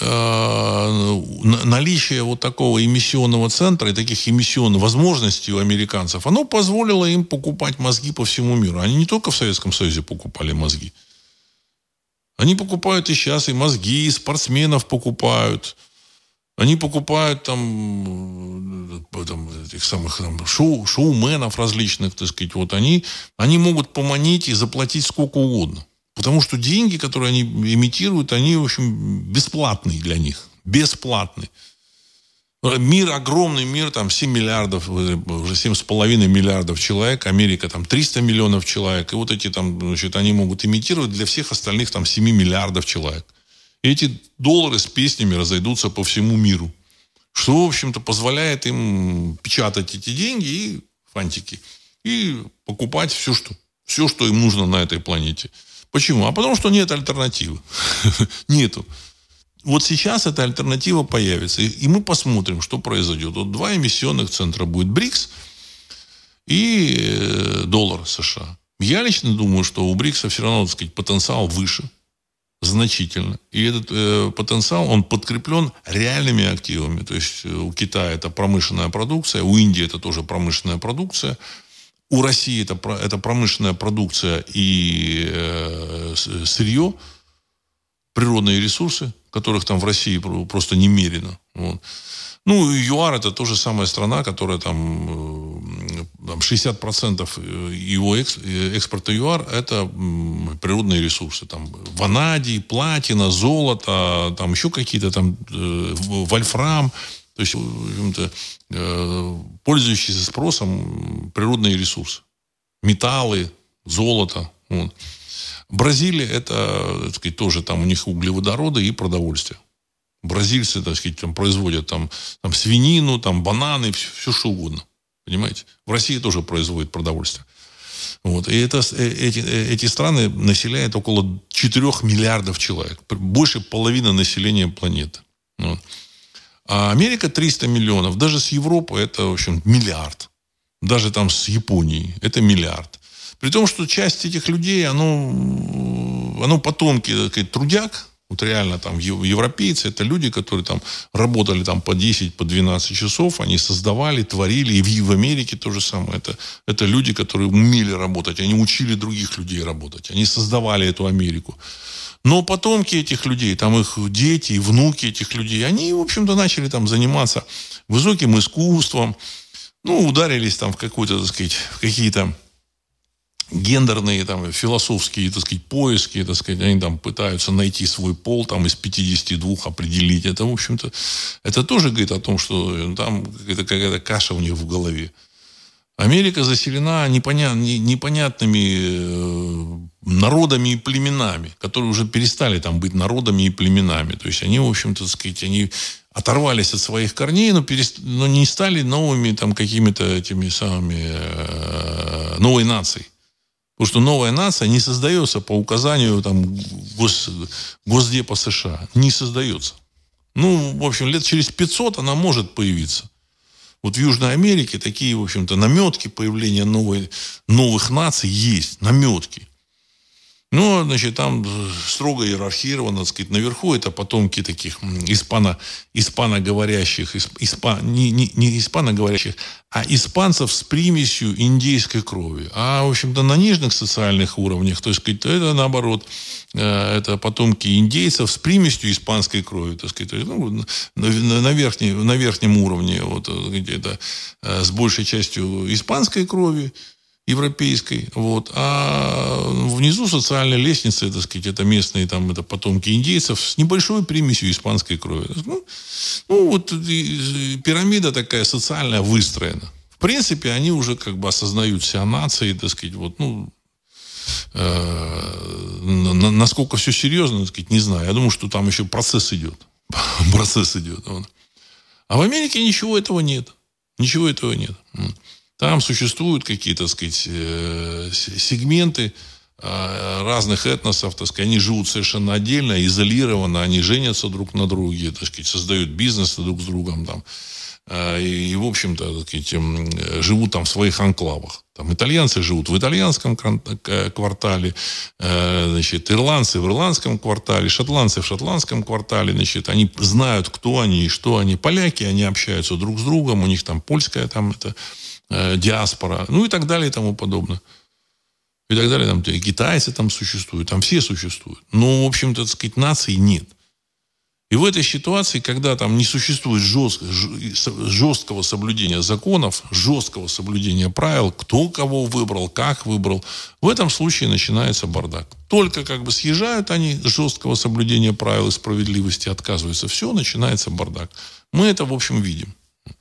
наличие вот такого эмиссионного центра и таких эмиссионных возможностей у американцев, оно позволило им покупать мозги по всему миру. Они не только в Советском Союзе покупали мозги. Они покупают и сейчас и мозги, и спортсменов покупают. Они покупают там этих самых шоуменов различных, так сказать. Вот они могут поманить и заплатить сколько угодно. Потому что деньги, которые они имитируют, они, в общем, бесплатные для них. Бесплатные. Мир, огромный мир, там 7 миллиардов, уже 7,5 миллиардов человек. Америка там 300 миллионов человек. И вот эти там, значит, они могут имитировать для всех остальных там 7 миллиардов человек. И эти доллары с песнями разойдутся по всему миру. Что, в общем-то, позволяет им печатать эти деньги и фантики. И покупать все, что им нужно на этой планете. Почему? А потому что нет альтернативы. Нету. Вот сейчас эта альтернатива появится. И мы посмотрим, что произойдет. Вот 2 эмиссионных центра будет БРИКС и доллар США. Я лично думаю, что у БРИКСа все равно, так сказать, потенциал выше. Значительно. И этот потенциал, он подкреплен реальными активами. То есть у Китая это промышленная продукция, у Индии это тоже промышленная продукция. У России это промышленная продукция и сырье, природные ресурсы, которых там в России просто немерено. Вот. Ну, и ЮАР это тоже самая страна, которая там 60% его экспорта ЮАР это природные ресурсы. Там ванадий, платина, золото, там еще какие-то там вольфрам. То есть, пользующиеся спросом природные ресурсы. Металлы, золото. Вот. Бразилия это, так сказать, тоже там у них углеводороды и продовольствие. Бразильцы, так сказать, там производят там свинину, там бананы, все что угодно. Понимаете? В России тоже производят продовольствие. Вот. И эти страны населяют около 4 миллиардов человек. Больше половины населения планеты. Вот. А Америка 300 миллионов. Даже с Европой это, в общем, миллиард. Даже там с Японией это миллиард. При том, что часть этих людей, оно потомки, так сказать, трудяг. Вот реально там европейцы, это люди, которые там работали там по 10, по 12 часов, они создавали, творили, и в Америке то же самое. Это люди, которые умели работать, они учили других людей работать, они создавали эту Америку. Но потомки этих людей, там их дети и внуки этих людей, они, в общем-то, начали там заниматься высоким искусством, ну, ударились там в какую-то, так сказать, в какие-то гендерные, там, философские, так сказать, поиски, так сказать, они там пытаются найти свой пол, там, из 52 определить. Это, в общем-то, это тоже говорит о том, что там какая-то каша у них в голове. Америка заселена непонятными народами и племенами, которые уже перестали там быть народами и племенами. То есть они, в общем-то, так сказать, они оторвались от своих корней, но не стали новыми там какими-то этими самыми новой нацией. Потому что новая нация не создается по указанию там, Госдепа США. Не создается. Ну, в общем, лет через 500 она может появиться. Вот в Южной Америке такие, в общем-то, наметки появления новых наций есть. Наметки. Ну, значит, там строго иерархировано, так сказать, наверху это потомки таких испаноговорящих, не испаноговорящих, а испанцев с примесью индейской крови. А, в общем-то, на нижних социальных уровнях, то есть, это наоборот, это потомки индейцев с примесью испанской крови, так сказать, ну, на верхнем уровне, вот, где-то с большей частью испанской крови, европейской, вот, а внизу социальной лестницы, так сказать, это местные, там, это потомки индейцев с небольшой примесью испанской крови. Ну вот пирамида такая социальная выстроена. В принципе, они уже как бы осознают себя нацией, так сказать, вот, ну, насколько все серьезно, так сказать, не знаю. Я думаю, что там еще процесс идет. Процесс идет. Вот. А в Америке ничего этого нет. Ничего этого нет. Там существуют какие-то, так сказать, сегменты разных этносов, так сказать, они живут совершенно отдельно, изолированно, они женятся друг на друге, так сказать, создают бизнес друг с другом, там, и, в общем-то, так сказать, живут там в своих анклавах. Там итальянцы живут в итальянском квартале, значит, ирландцы в ирландском квартале, шотландцы в шотландском квартале, значит, они знают, кто они и что они. Поляки, они общаются друг с другом, у них там польская там это диаспора, ну и так далее и тому подобное. и так далее. Там и китайцы там существуют, там все существуют. Но, в общем-то, так сказать, нации нет. И в этой ситуации, когда там не существует жесткого соблюдения законов, жесткого соблюдения правил, кто кого выбрал, как выбрал, в этом случае начинается бардак. Только как бы съезжают они с жесткого соблюдения правил и справедливости, отказываются, все, начинается бардак. Мы это, в общем, видим.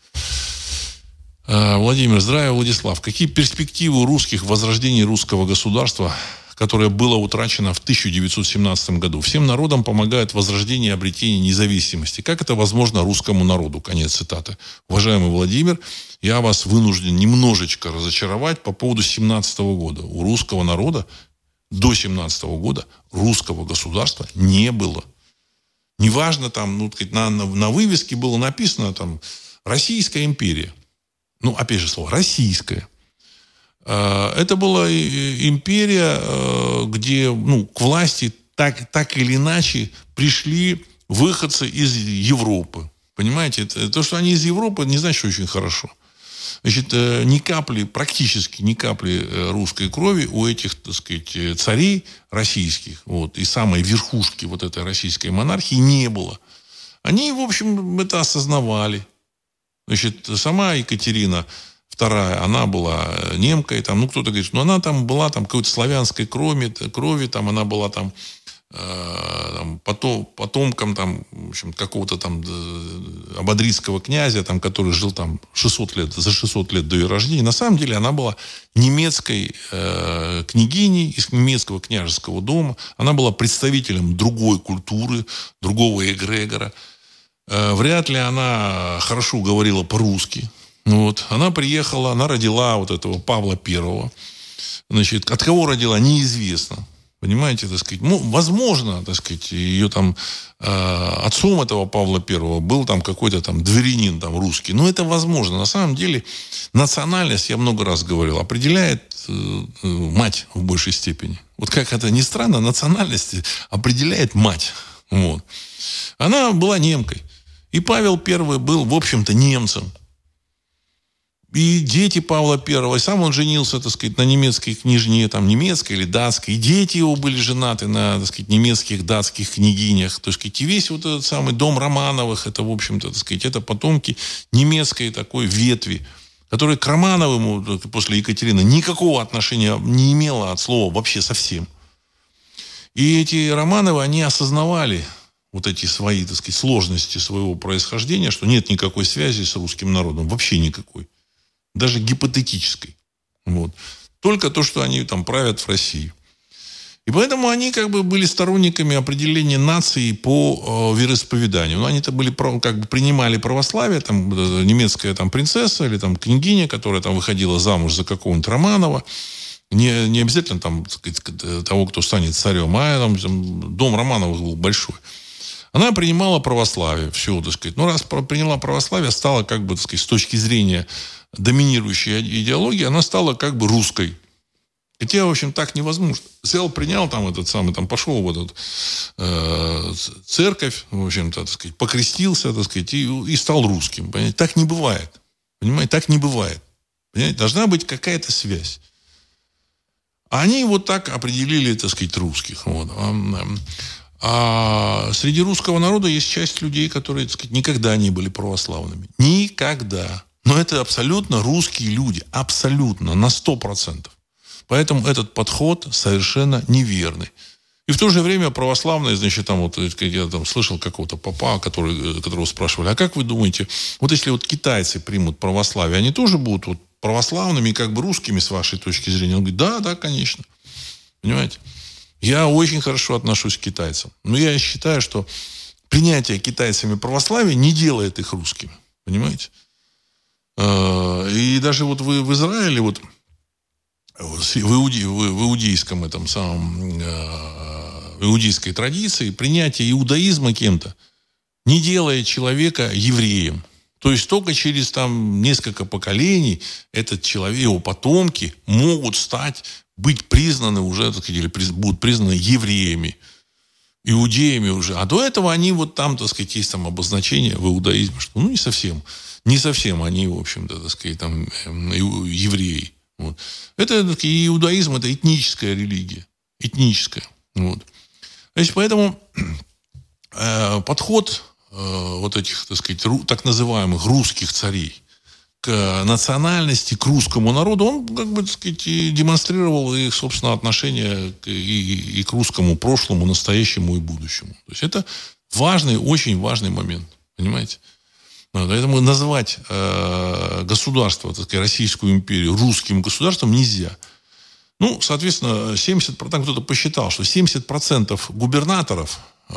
Владимир, здравия, Владислав. Какие перспективы у русских в возрождении русского государства, которое было утрачено в 1917 году? Всем народам помогает возрождение и обретение независимости. Как это возможно русскому народу? Конец цитаты. Уважаемый Владимир, я вас вынужден немножечко разочаровать по поводу 17 года. У русского народа до 17 года русского государства не было. Неважно, там, на вывеске было написано там «Российская империя». Ну, опять же слово «российская». Это была империя, где к власти так или иначе пришли выходцы из Европы. Понимаете? То, что они из Европы, не значит, что очень хорошо. Значит, практически ни капли русской крови у этих, так сказать, царей российских, и самой верхушки вот этой российской монархии не было. Они, в общем, это осознавали. Значит, сама Екатерина II, она была немкой, там, кто-то говорит, она там была там какой-то славянской крови, там она была там потомком там, в общем, какого-то там ободридского князя, там, который жил там за 600 лет до ее рождения. На самом деле она была немецкой княгиней из немецкого княжеского дома. Она была представителем другой культуры, другого эгрегора. Вряд ли она хорошо говорила по-русски. Она приехала, она родила вот этого Павла I. Значит, от кого родила, неизвестно. Понимаете, так сказать. Возможно, так сказать, ее там отцом этого Павла I был там какой-то там дворянин там русский. Но это возможно. На самом деле национальность, я много раз говорил, определяет мать в большей степени. Как это ни странно, национальность определяет мать. Она была немкой. И Павел I был, в общем-то, немцем. И дети Павла I, сам он женился, так сказать, на немецкой княжне, там, немецкой или датской. И дети его были женаты на, так сказать, немецких, датских княгинях. То есть, и весь вот этот самый дом Романовых, это, в общем-то, так сказать, это потомки немецкой такой ветви, которая к Романовым после Екатерины никакого отношения не имела от слова вообще совсем. И эти Романовы, они осознавали вот эти свои, так сказать, сложности своего происхождения, что нет никакой связи с русским народом, вообще никакой. Даже гипотетической. Только то, что они там правят в России. И поэтому они как бы были сторонниками определения нации по вероисповеданию. Они-то были, как бы принимали православие, там немецкая там принцесса или там княгиня, которая там выходила замуж за какого-нибудь Романова. Не обязательно там, так сказать, того, кто станет царем, там дом Романовых был большой. Она принимала православие. Все, так сказать. Раз приняла православие, стала, как бы, так сказать, с точки зрения доминирующей идеологии, она стала как бы русской. Хотя, в общем, так невозможно. Взял, принял там этот самый, там пошел в эту церковь, в общем-то, так сказать, покрестился, так сказать, и стал русским. Понимаете? Так не бывает. Понимаете? Так не бывает. Понимаете? Должна быть какая-то связь. А они вот так определили, так сказать, русских. А среди русского народа есть часть людей, которые, так сказать, никогда не были православными. Никогда. Но это абсолютно русские люди. Абсолютно. На 100%. Поэтому этот подход совершенно неверный. И в то же время православные, значит, там я там слышал какого-то попа, которого спрашивали, а как вы думаете, если китайцы примут православие, они тоже будут православными, как бы русскими с вашей точки зрения? Он говорит, да, конечно. Понимаете? Я очень хорошо отношусь к китайцам. Но я считаю, что принятие китайцами православия не делает их русскими. Понимаете? И даже в Израиле, в иудейском этом самом, в иудейской традиции принятие иудаизма кем-то не делает человека евреем. То есть только через несколько поколений этот человек, его потомки могут быть признаны уже, так сказать, или будут признаны евреями, иудеями уже. А до этого они так сказать, есть обозначение в иудаизме, что не совсем они, в общем-то, так сказать, евреи. Это и иудаизм, это этническая религия. Этническая. Вот. Значит, поэтому подход вот этих, так сказать, так называемых русских царей к национальности, к русскому народу, он, как бы, так сказать, и демонстрировал их, собственно, отношение и к русскому прошлому, настоящему и будущему. То есть это важный, очень важный момент. Понимаете? Поэтому называть государство, так сказать, Российскую империю русским государством нельзя. Ну, соответственно, 70%, кто-то посчитал, что 70% губернаторов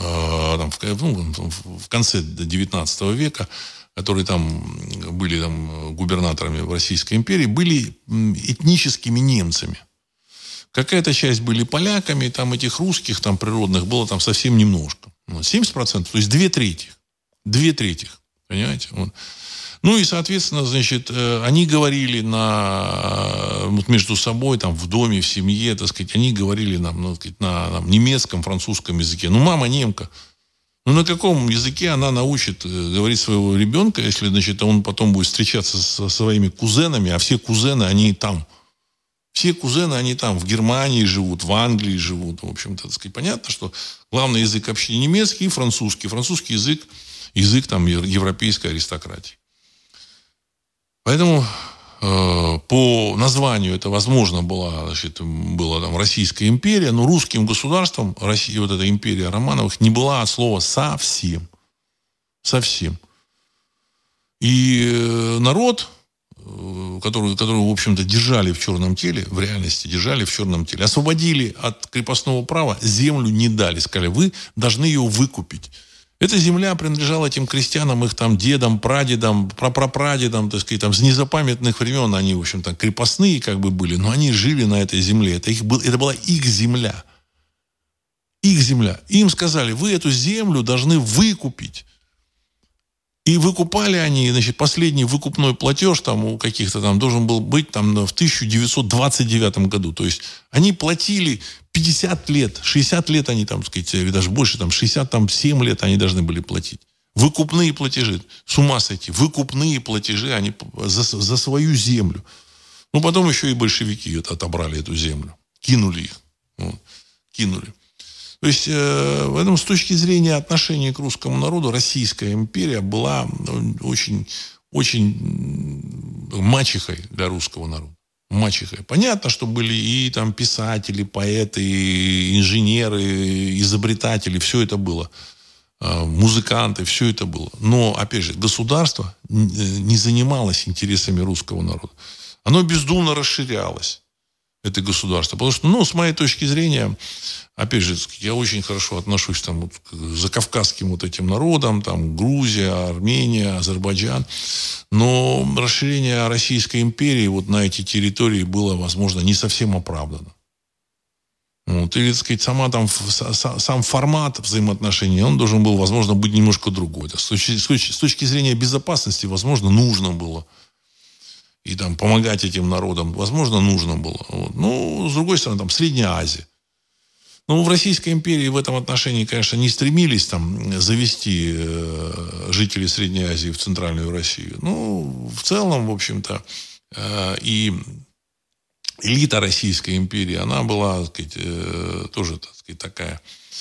в конце XIX века, которые там были губернаторами в Российской империи, были этническими немцами. Какая-то часть были поляками, там этих русских, там природных было там совсем немножко. 70%, то есть 2/3. 2/3. Понимаете? Вот. Ну и, соответственно, значит, они говорили вот между собой, там, в доме, в семье, так сказать, они говорили на немецком, французском языке. Ну, мама немка. Ну, на каком языке она научит говорить своего ребенка, если, значит, он потом будет встречаться со своими кузенами, а все кузены, они там. Все кузены, они там, в Германии живут, в Англии живут. В общем-то, так сказать, понятно, что главный язык общения немецкий и французский. Французский язык там европейской аристократии. Поэтому по названию это, возможно, была там Российская империя, но русским государством Россия, вот эта империя Романовых, не была от слова совсем. Совсем. И народ, который, в общем-то, держали в черном теле, в реальности держали в черном теле, освободили от крепостного права, землю не дали. Сказали, вы должны ее выкупить. Эта земля принадлежала этим крестьянам, их там дедам, прадедам, прапрапрадедам, так сказать, там с незапамятных времен они, в общем-то, крепостные как бы были, но они жили на этой земле. Это была их земля. Их земля. Им сказали, вы эту землю должны выкупить. И выкупали они, значит, последний выкупной платеж там у каких-то там должен был быть там в 1929 году. То есть они платили 50 лет, 60 лет они там, так сказать, даже больше, там 67 лет они должны были платить. Выкупные платежи. С ума сойти. Выкупные платежи они за свою землю. Ну, потом еще и большевики отобрали эту землю. Кинули их. Вот. Кинули. То есть, в этом, с точки зрения отношения к русскому народу, Российская империя была очень, очень мачехой для русского народа. Мачехой. Понятно, что были и там писатели, поэты, и инженеры, изобретатели, все это было. Музыканты, все это было. Но, опять же, государство не занималось интересами русского народа. Оно бездумно расширялось. Это государство. Потому что, ну, с моей точки зрения, опять же, я очень хорошо отношусь там, вот, к закавказским вот этим народам, там, Грузия, Армения, Азербайджан. Но расширение Российской империи вот на эти территории было, возможно, не совсем оправдано. Вот, или, так сказать, сам формат взаимоотношений, он должен был, возможно, быть немножко другой. С точки зрения безопасности, возможно, нужно было. И там помогать этим народам, возможно, нужно было. Вот. Ну, с другой стороны, там, Средняя Азия. Ну, в Российской империи в этом отношении, конечно, не стремились там завести жителей Средней Азии в Центральную Россию. Ну, в целом, в общем-то, и элита Российской империи, она была, так сказать, тоже, так сказать, такая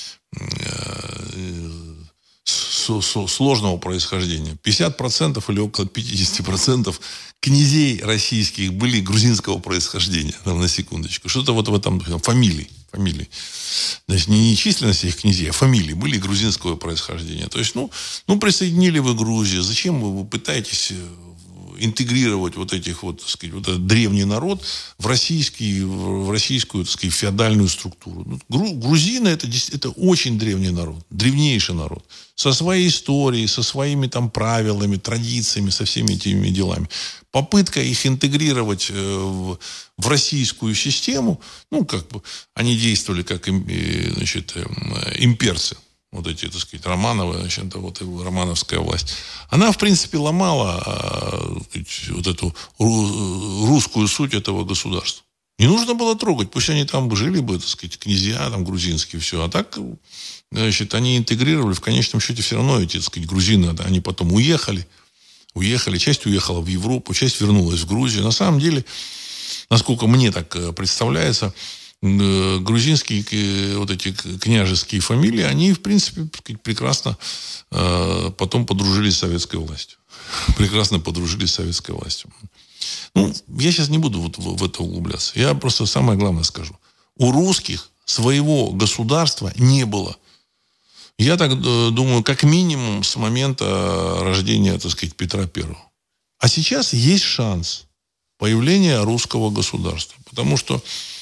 сложного происхождения. 50% или около 50% князей российских были грузинского происхождения. Там, на секундочку. Что-то вот в этом фамилии. Значит, не численность их князей, а фамилии были грузинского происхождения. То есть, ну присоединили вы Грузию. Зачем вы пытаетесь интегрировать вот этих вот, так сказать, вот этот древний народ в российскую, так сказать, феодальную структуру. Грузины это очень древний народ, древнейший народ. Со своей историей, со своими там правилами, традициями, со всеми этими делами. Попытка их интегрировать в российскую систему, ну, как бы, они действовали как, значит, имперцы. Вот эти, так сказать, Романовы, значит, вот романовская власть. Она, в принципе, ломала вот эту русскую суть этого государства. Не нужно было трогать. Пусть они там жили бы, так сказать, князья там грузинские, все. А так, значит, они интегрировали. В конечном счете все равно эти, так сказать, грузины, они потом уехали. Часть уехала в Европу, часть вернулась в Грузию. На самом деле, насколько мне так представляется, грузинские вот эти княжеские фамилии, они, в принципе, прекрасно потом подружились с советской властью. Прекрасно подружились с советской властью. Ну, я сейчас не буду вот в это углубляться. Я просто самое главное скажу. У русских своего государства не было. Я так думаю, как минимум с момента рождения, так сказать, Петра Первого. А сейчас есть шанс появления русского государства. Потому что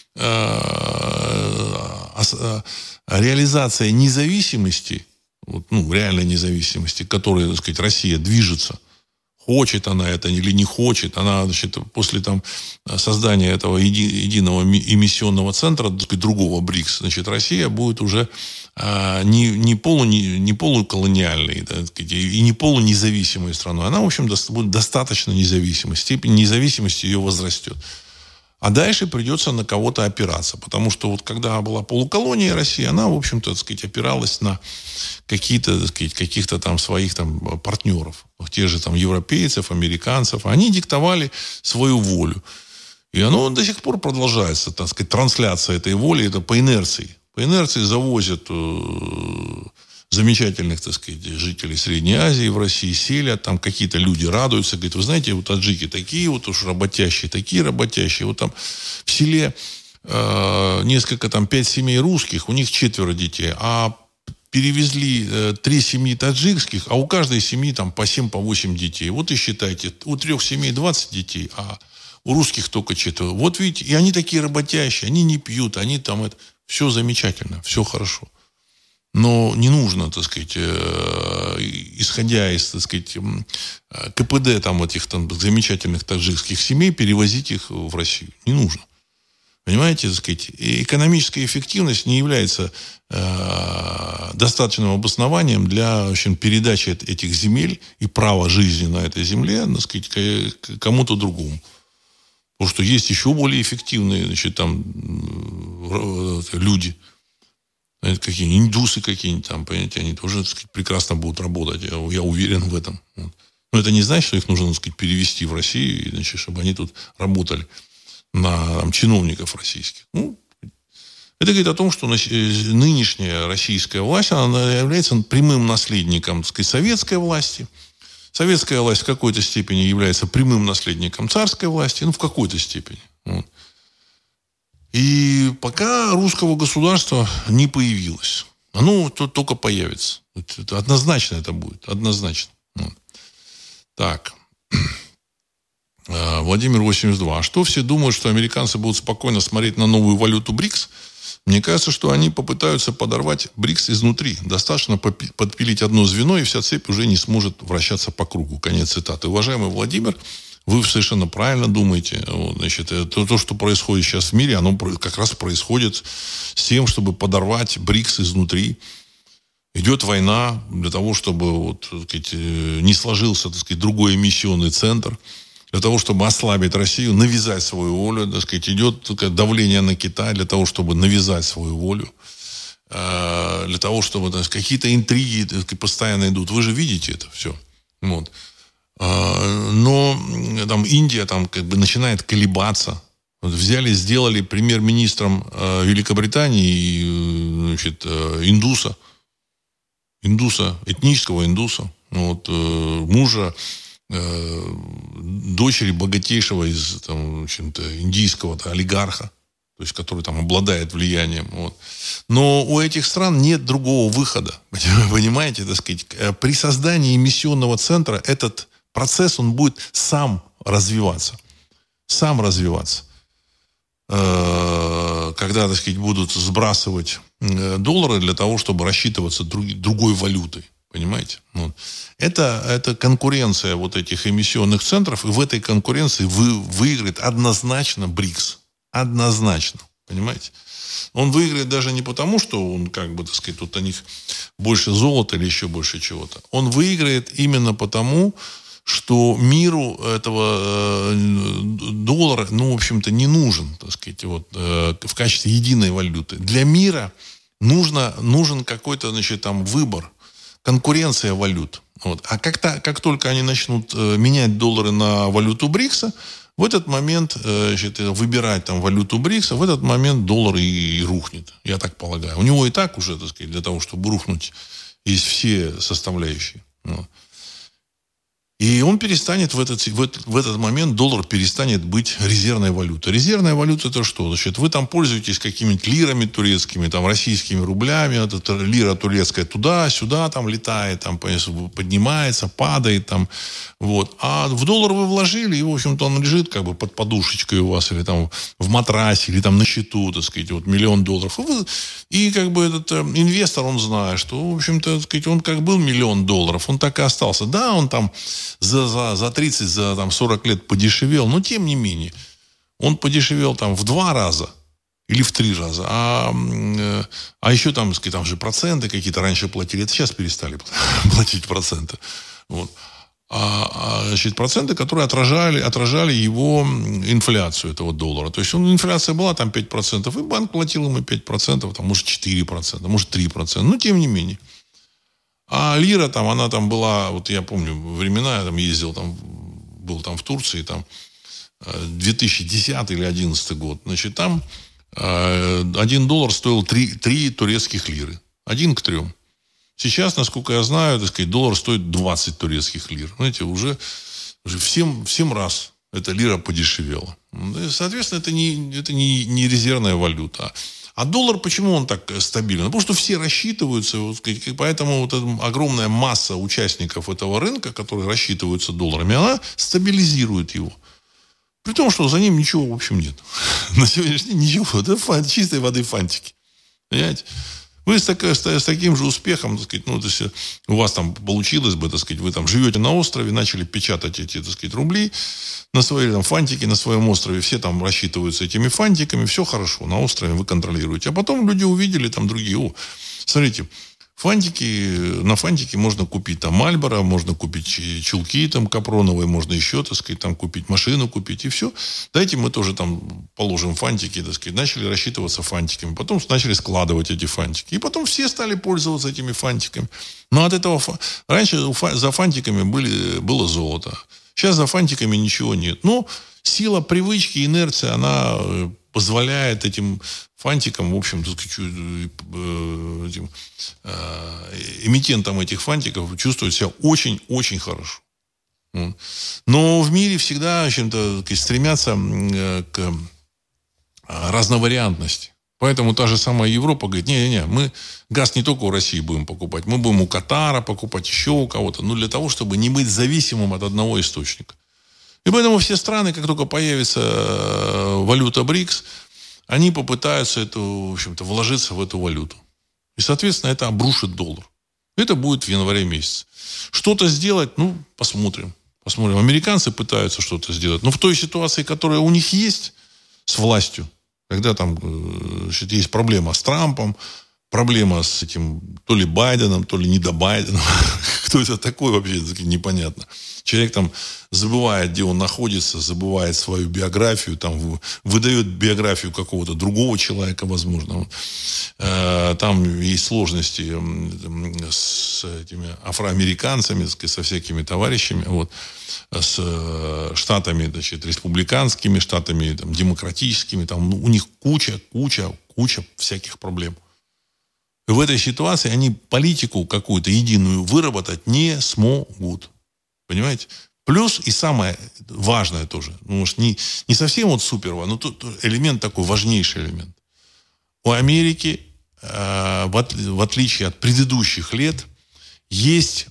реализация независимости, вот, ну, реальной независимости, к которой, так сказать, Россия движется, хочет она это или не хочет, она, значит, после там создания этого единого эмиссионного центра, так сказать, другого БРИКС, значит, Россия будет уже не полуколониальной, так сказать, и не полунезависимой страной. Она, в общем, будет достаточно независимой. Степень независимости ее возрастет. А дальше придется на кого-то опираться. Потому что вот когда была полуколония России, она, в общем-то, так сказать, опиралась на какие-то, так сказать, каких-то там своих там партнеров. Те же там европейцев, американцев. Они диктовали свою волю. И оно до сих пор продолжается, так сказать, трансляция этой воли, это по инерции. По инерции завозят замечательных, так сказать, жителей Средней Азии в России, селят, там какие-то люди радуются, говорят, вы знаете, вот таджики такие вот уж работящие, такие работящие. Вот там в селе несколько, там, 5 семей русских, у них 4 детей, а перевезли 3 семьи таджикских, а у каждой семьи там по 7, по 8 детей. Вот и считайте, у 3 семей 20 детей, а у русских только 4. Вот видите, и они такие работящие, они не пьют, они там это... Все замечательно, все хорошо. Но не нужно, так сказать, исходя из, так сказать, КПД там этих там замечательных таджикских семей, перевозить их в Россию. Не нужно. Понимаете, так сказать, и экономическая эффективность не является достаточным обоснованием для, в общем, передачи этих земель и права жизни на этой земле, так сказать, кому-то другому. Потому что есть еще более эффективные, значит, там люди. Какие индусы какие-нибудь там, понимаете, они тоже, так сказать, прекрасно будут работать. Я уверен в этом. Но это не значит, что их нужно, так сказать, перевести в Россию, значит, чтобы они тут работали на там, чиновников российских. Ну, это говорит о том, что нынешняя российская власть, она является прямым наследником, так сказать, советской власти. Советская власть в какой-то степени является прямым наследником царской власти, ну, в какой-то степени. Вот. И пока русского государства не появилось. Оно только появится. Однозначно это будет. Однозначно. Вот. Так. Владимир 82. А что все думают, что американцы будут спокойно смотреть на новую валюту БРИКС? Мне кажется, что они попытаются подорвать БРИКС изнутри. Достаточно подпилить одно звено, и вся цепь уже не сможет вращаться по кругу. Конец цитаты. Уважаемый Владимир, вы совершенно правильно думаете. Вот, значит, то, что происходит сейчас в мире, оно как раз происходит с тем, чтобы подорвать БРИКС изнутри. Идет война для того, чтобы вот, так сказать, не сложился, так сказать, другой эмиссионный центр. Для того, чтобы ослабить Россию, навязать свою волю. Так сказать, идет давление на Китай для того, чтобы навязать свою волю. Для того, чтобы какие-то интриги, так сказать, постоянно идут. Вы же видите это все. Вот. Но там Индия там как бы начинает колебаться. Вот взяли, сделали премьер-министром Великобритании, значит, индуса, этнического индуса, вот, мужа дочери богатейшего из там, в общем-то, индийского олигарха, то есть который там обладает влиянием. Вот. Но у этих стран нет другого выхода. Понимаете, так сказать, при создании эмиссионного центра этот процесс, он будет сам развиваться. Сам развиваться. Когда, так сказать, будут сбрасывать доллары для того, чтобы рассчитываться другой валютой. Понимаете? Вот. Это конкуренция вот этих эмиссионных центров. И в этой конкуренции выиграет однозначно БРИКС. Однозначно. Понимаете? Он выиграет даже не потому, что он, как бы, так сказать, тут у них больше золота или еще больше чего-то. Он выиграет именно потому, что миру этого доллара, ну, в общем-то, не нужен, так сказать, вот, в качестве единой валюты. Для мира нужен какой-то, значит, там выбор, конкуренция валют. Вот. А как только они начнут менять доллары на валюту БРИКСа, в этот момент, значит, выбирать там валюту БРИКСа, в этот момент доллар и рухнет, я так полагаю. У него и так уже, так сказать, для того, чтобы рухнуть, есть все составляющие. И он перестанет в этот момент, доллар перестанет быть резервной валютой. Резервная валюта это что? Значит, вы там пользуетесь какими-то лирами турецкими, там, российскими рублями, эта лира турецкая туда-сюда там летает, там, поднимается, падает. Там, вот. А в доллар вы вложили, и, в общем-то, он лежит как бы под подушечкой у вас, или там в матрасе, или там на счету, так сказать, вот $1 миллион. И как бы этот инвестор, он знает, что, в общем-то, так сказать, он как был $1 миллион, он так и остался. Да, он там за 30, за там, 40 лет подешевел, но тем не менее, он подешевел там в 2 раза или в 3 раза. А еще там, сказать, там же проценты какие-то раньше платили, это сейчас перестали платить проценты. Вот. Значит, проценты, которые отражали его инфляцию этого доллара. То есть инфляция была там 5%, и банк платил ему 5%, там, может 4%, может 3%, но тем не менее. А лира там, она там была, вот я помню времена, я там ездил, там, был там в Турции, там 2010 или 2011 год. Значит, там $1 стоил 3 турецких лиры. 1 к 3. Сейчас, насколько я знаю, так сказать, доллар стоит 20 турецких лир. Знаете, уже в 7 раз эта лира подешевела. Соответственно, это не резервная валюта. А доллар, почему он так стабилен? Потому что все рассчитываются, поэтому вот эта огромная масса участников этого рынка, которые рассчитываются долларами, она стабилизирует его. При том, что за ним ничего, в общем, нет. На сегодняшний день ничего. Это чистой воды фантики. Понимаете? Вы с таким же успехом, так сказать, если у вас там получилось бы, так сказать, вы там живете на острове, начали печатать эти, так сказать, рубли на свои там фантики на своем острове, все там рассчитываются этими фантиками, все хорошо, на острове вы контролируете. А потом люди увидели там другие, смотрите, на фантики можно купить там Мальборо, можно купить чулки там капроновые, можно еще, так сказать, там купить машину, купить и все. Дайте мы тоже там положим фантики, так сказать. Начали рассчитываться фантиками, потом начали складывать эти фантики. И потом все стали пользоваться этими фантиками. Но от этого раньше за фантиками было золото. Сейчас за фантиками ничего нет. Но сила привычки, инерция, она позволяет этим фантикам, в общем, этим эмитентам этих фантиков чувствовать себя очень-очень хорошо. Но в мире всегда, в общем-то, стремятся к разновариантности. Поэтому та же самая Европа говорит, не-не-не, мы газ не только у России будем покупать, мы будем у Катара покупать, еще у кого-то, для того, чтобы не быть зависимым от одного источника. И поэтому все страны, как только появится валюта БРИКС, они попытаются в общем-то, вложиться в эту валюту. И, соответственно, это обрушит доллар. Это будет в январе месяце. Что-то сделать, посмотрим. Посмотрим. Американцы пытаются что-то сделать. Но в той ситуации, которая у них есть с властью, когда там есть проблема с Трампом, проблема с этим то ли Байденом, то ли не до Байдена. Кто это такой вообще, непонятно. Человек там забывает, где он находится, забывает свою биографию, там выдает биографию какого-то другого человека, возможно. Там есть сложности с этими афроамериканцами, со всякими товарищами, с штатами, значит, республиканскими, штатами там, демократическими. Там у них куча всяких проблем. И в этой ситуации они политику какую-то единую выработать не смогут. Понимаете? Плюс и самое важное тоже. Может, не совсем супер, но тут элемент такой, важнейший элемент. У Америки, в отличие от предыдущих лет, есть...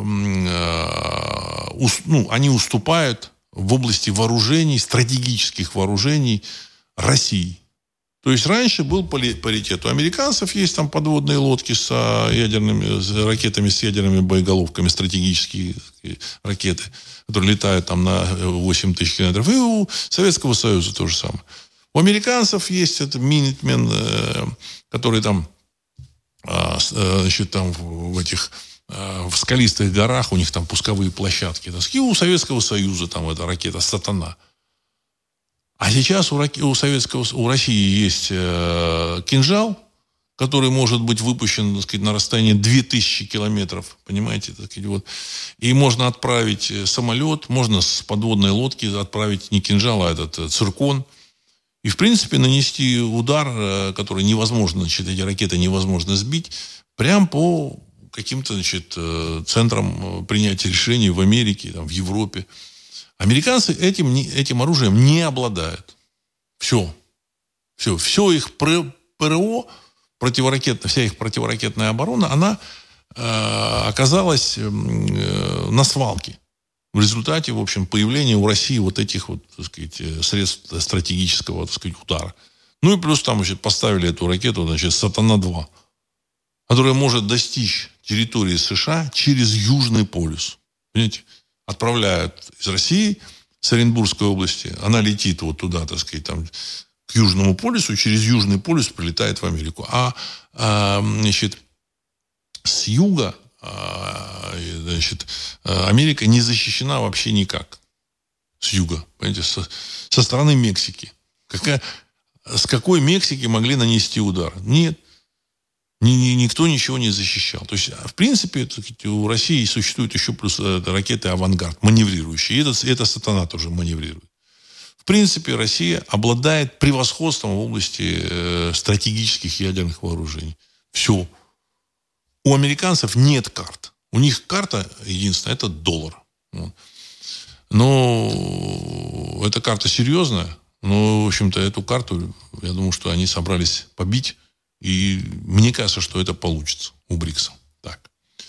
они уступают в области вооружений, стратегических вооружений России. То есть раньше был паритет. У американцев есть там подводные лодки с ракетами с ядерными боеголовками, стратегические ракеты, которые летают там на 8 тысяч километров. И у Советского Союза то же самое. У американцев есть этот Минитмен, который там, значит, там в скалистых горах, у них там пусковые площадки. И у Советского Союза там эта ракета «Сатана». А сейчас у России есть «Кинжал», который может быть выпущен, так сказать, на расстоянии 2000 километров, понимаете, так сказать, вот. И можно отправить самолет, можно с подводной лодки отправить не кинжал, а этот циркон. И, в принципе, нанести удар, который невозможно, значит, эти ракеты невозможно сбить, прямо по каким-то, значит, центрам принятия решений в Америке, там, в Европе. Американцы этим оружием не обладают. Все. Все их ПРО, вся их противоракетная оборона, она оказалась на свалке. В результате, в общем, появления у России вот этих вот, так сказать, средств стратегического, так сказать, удара. Ну и плюс там, значит, поставили эту ракету, значит, «Сатана-2», которая может достичь территории США через Южный полюс. Понимаете? Отправляют из России, с Оренбургской области, она летит вот туда, так сказать, там, к Южному полюсу, через Южный полюс прилетает в Америку. Значит, с юга, значит, Америка не защищена вообще никак. С юга, понимаете, со стороны Мексики. С какой Мексики могли нанести удар? Нет. Никто ничего не защищал. То есть, в принципе, так сказать, у России существует еще плюс ракеты «Авангард», маневрирующие. И это «Сатана» тоже маневрирует. В принципе, Россия обладает превосходством в области стратегических ядерных вооружений. Все. У американцев нет карт. У них карта единственная – это доллар. Вот. Но эта карта серьезная. Но, в общем-то, эту карту, я думаю, что они собрались побить. И мне кажется, что это получится у БРИКСа. Так.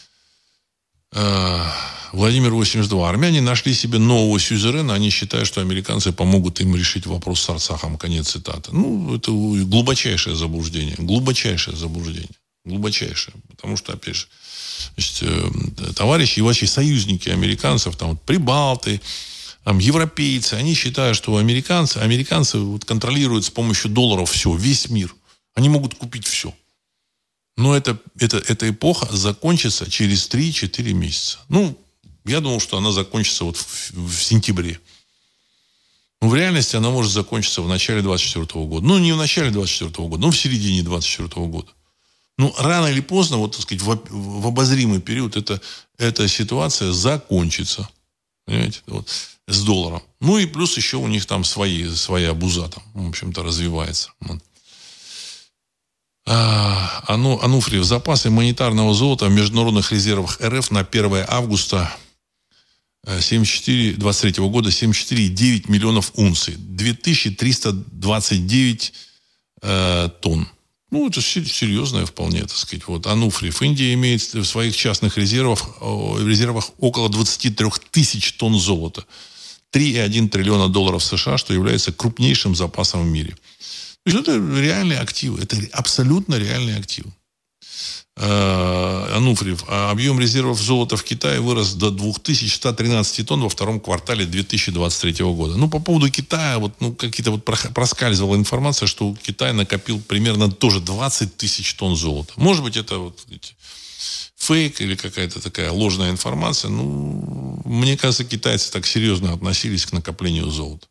Владимир 82. Армяне нашли себе нового сюзерена. Они считают, что американцы помогут им решить вопрос с Арцахом. Конец цитаты. Ну, это глубочайшее заблуждение. Глубочайшее заблуждение. Глубочайшее. Потому что, опять же, значит, товарищи и ваши союзники американцев, там вот прибалты, там, европейцы, они считают, что американцы вот контролируют с помощью долларов все, весь мир. Они могут купить все. Но эта эпоха закончится через 3-4 месяца. Ну, я думал, что она закончится вот в сентябре. Но в реальности она может закончиться в начале 2024 года. Ну, не в начале 2024 года, но в середине 2024 года. Ну, рано или поздно, вот, так сказать, в обозримый период эта ситуация закончится. Понимаете? Вот, с долларом. Ну, и плюс еще у них там своя буза там, в общем-то, развивается. Вот. Ануфриев. Запасы монетарного золота в международных резервах РФ на 1 августа 23 года 74,9 миллионов унций. 2329 тонн. Ну, это серьезное вполне, так сказать. Вот Ануфриев. Индия имеет в своих частных резервах около 23 тысяч тонн золота. 3,1 триллиона долларов США, что является крупнейшим запасом в мире. То есть это реальные активы. Это абсолютно реальные активы. Ануфриев. Объем резервов золота в Китае вырос до 2113 тонн во втором квартале 2023 года. Ну, по поводу Китая, вот, ну, какие-то вот проскальзывала информация, что Китай накопил примерно тоже 20 тысяч тонн золота. Может быть, это вот фейк или какая-то такая ложная информация. Ну, мне кажется, китайцы так серьезно относились к накоплению золота.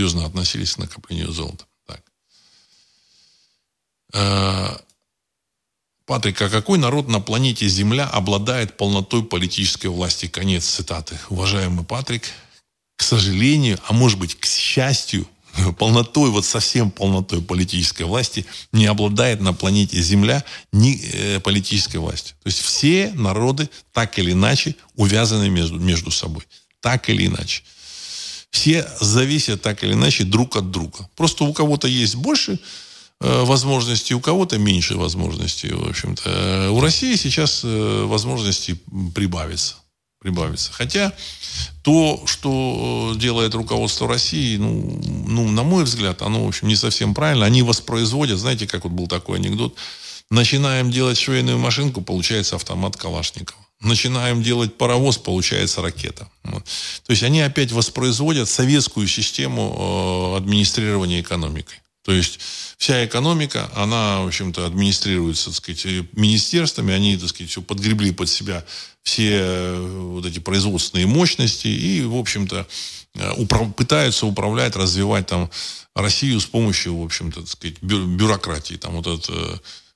Патрик, а какой народ на планете Земля обладает полнотой политической власти? Конец цитаты. Уважаемый Патрик, к сожалению, а может быть, к счастью, полнотой, вот совсем полнотой политической власти не обладает на планете Земля ни политической власти. То есть все народы так или иначе увязаны между собой. Так или иначе. Все зависят так или иначе друг от друга. Просто у кого-то есть больше возможностей, у кого-то меньше возможностей. В общем-то, у России сейчас возможностей прибавится. Хотя то, что делает руководство России, ну, на мой взгляд, оно, в общем, не совсем правильно. Они воспроизводят, знаете, как вот был такой анекдот. Начинаем делать швейную машинку, получается автомат Калашникова. Начинаем делать паровоз, получается ракета. Вот. То есть они опять воспроизводят советскую систему администрирования экономикой. То есть вся экономика, она, в общем-то, администрируется, так сказать, министерствами. Они, так сказать, все подгребли под себя все вот эти производственные мощности и, в общем-то, пытаются управлять, развивать там Россию с помощью, в общем-то, так сказать, бюрократии. Там вот этот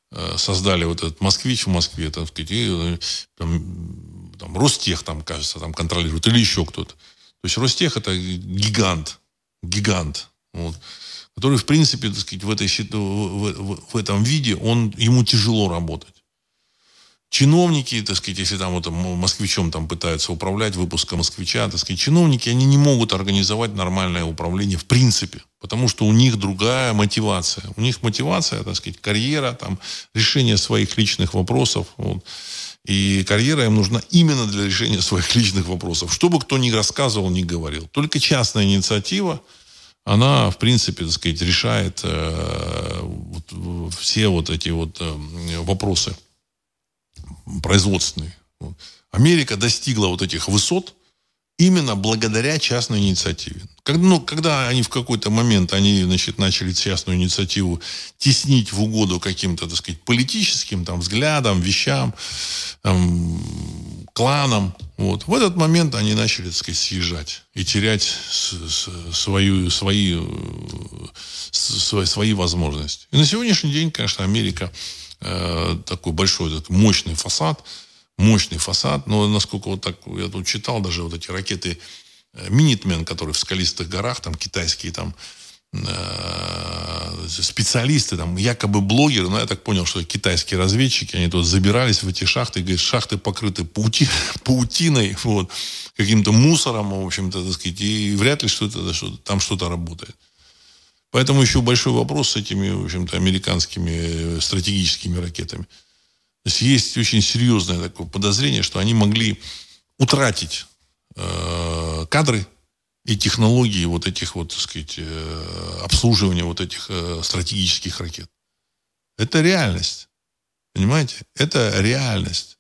создали вот этот «Москвич» в Москве, так сказать, и там Ростех, там, кажется, там контролирует, или еще кто-то. То есть Ростех — это гигант, вот, который, в принципе, так сказать, в этом виде ему тяжело работать. Чиновники, так сказать, если там вот «Москвичом» там пытаются управлять, выпуском «Москвича», так сказать, чиновники, они не могут организовать нормальное управление в принципе, потому что у них другая мотивация. У них мотивация, так сказать, карьера, там, решение своих личных вопросов. Вот. И карьера им нужна именно для решения своих личных вопросов. Что бы кто ни рассказывал, ни говорил. Только частная инициатива, она, в принципе, так сказать, решает все вот эти вот вопросы производственные. Америка достигла вот этих высот именно благодаря частной инициативе. Когда они в какой-то момент начали частную инициативу теснить в угоду каким-то, так сказать, политическим там, взглядам, вещам, там, кланам, вот, в этот момент они начали, так сказать, съезжать и терять свои возможности. И на сегодняшний день, конечно, Америка такой большой, такой мощный фасад, но насколько вот так я тут читал, даже вот эти ракеты Минитмен, которые в скалистых горах, там китайские там специалисты, там якобы блогеры, но я так понял, что китайские разведчики, они тут забирались в эти шахты, и говорят, шахты покрыты паутиной, вот, каким-то мусором, в общем-то, так сказать, и вряд ли там что-то работает. Поэтому еще большой вопрос с этими, в общем-то, американскими стратегическими ракетами. То есть очень серьезное такое подозрение, что они могли утратить кадры и технологии вот этих вот, так сказать, обслуживания вот этих стратегических ракет. Это реальность. Понимаете? Это реальность.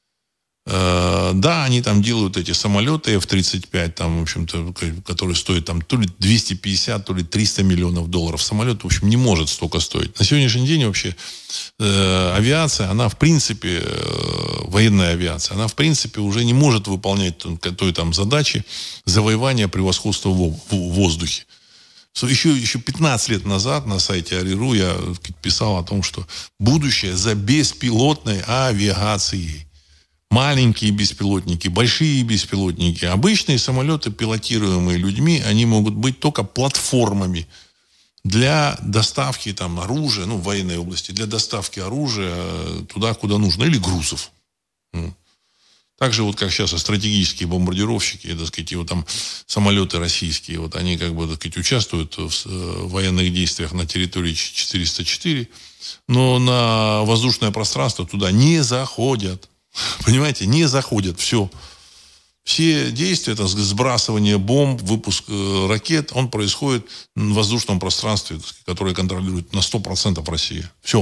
Да, они там делают эти самолеты F-35, там, в общем-то, которые стоят там то ли 250, то ли 300 миллионов долларов. Самолет, в общем, не может столько стоить. На сегодняшний день вообще авиация, она в принципе, военная авиация, она в принципе уже не может выполнять той там задачи завоевания превосходства в воздухе. Еще 15 лет назад на сайте Ари.ру я писал о том, что будущее за беспилотной авиацией. Маленькие беспилотники, большие беспилотники, обычные самолеты, пилотируемые людьми, они могут быть только платформами для доставки там, оружия, в военной области, для доставки оружия туда, куда нужно, или грузов. Так же, вот как сейчас стратегические бомбардировщики, так сказать, и вот там самолеты российские, вот они как бы, так сказать, участвуют в военных действиях на территории 404, но на воздушное пространство туда не заходят. Понимаете, не заходят. Все действия, это сбрасывание бомб, выпуск ракет, он происходит в воздушном пространстве, которое контролирует на 100% Россия. Все.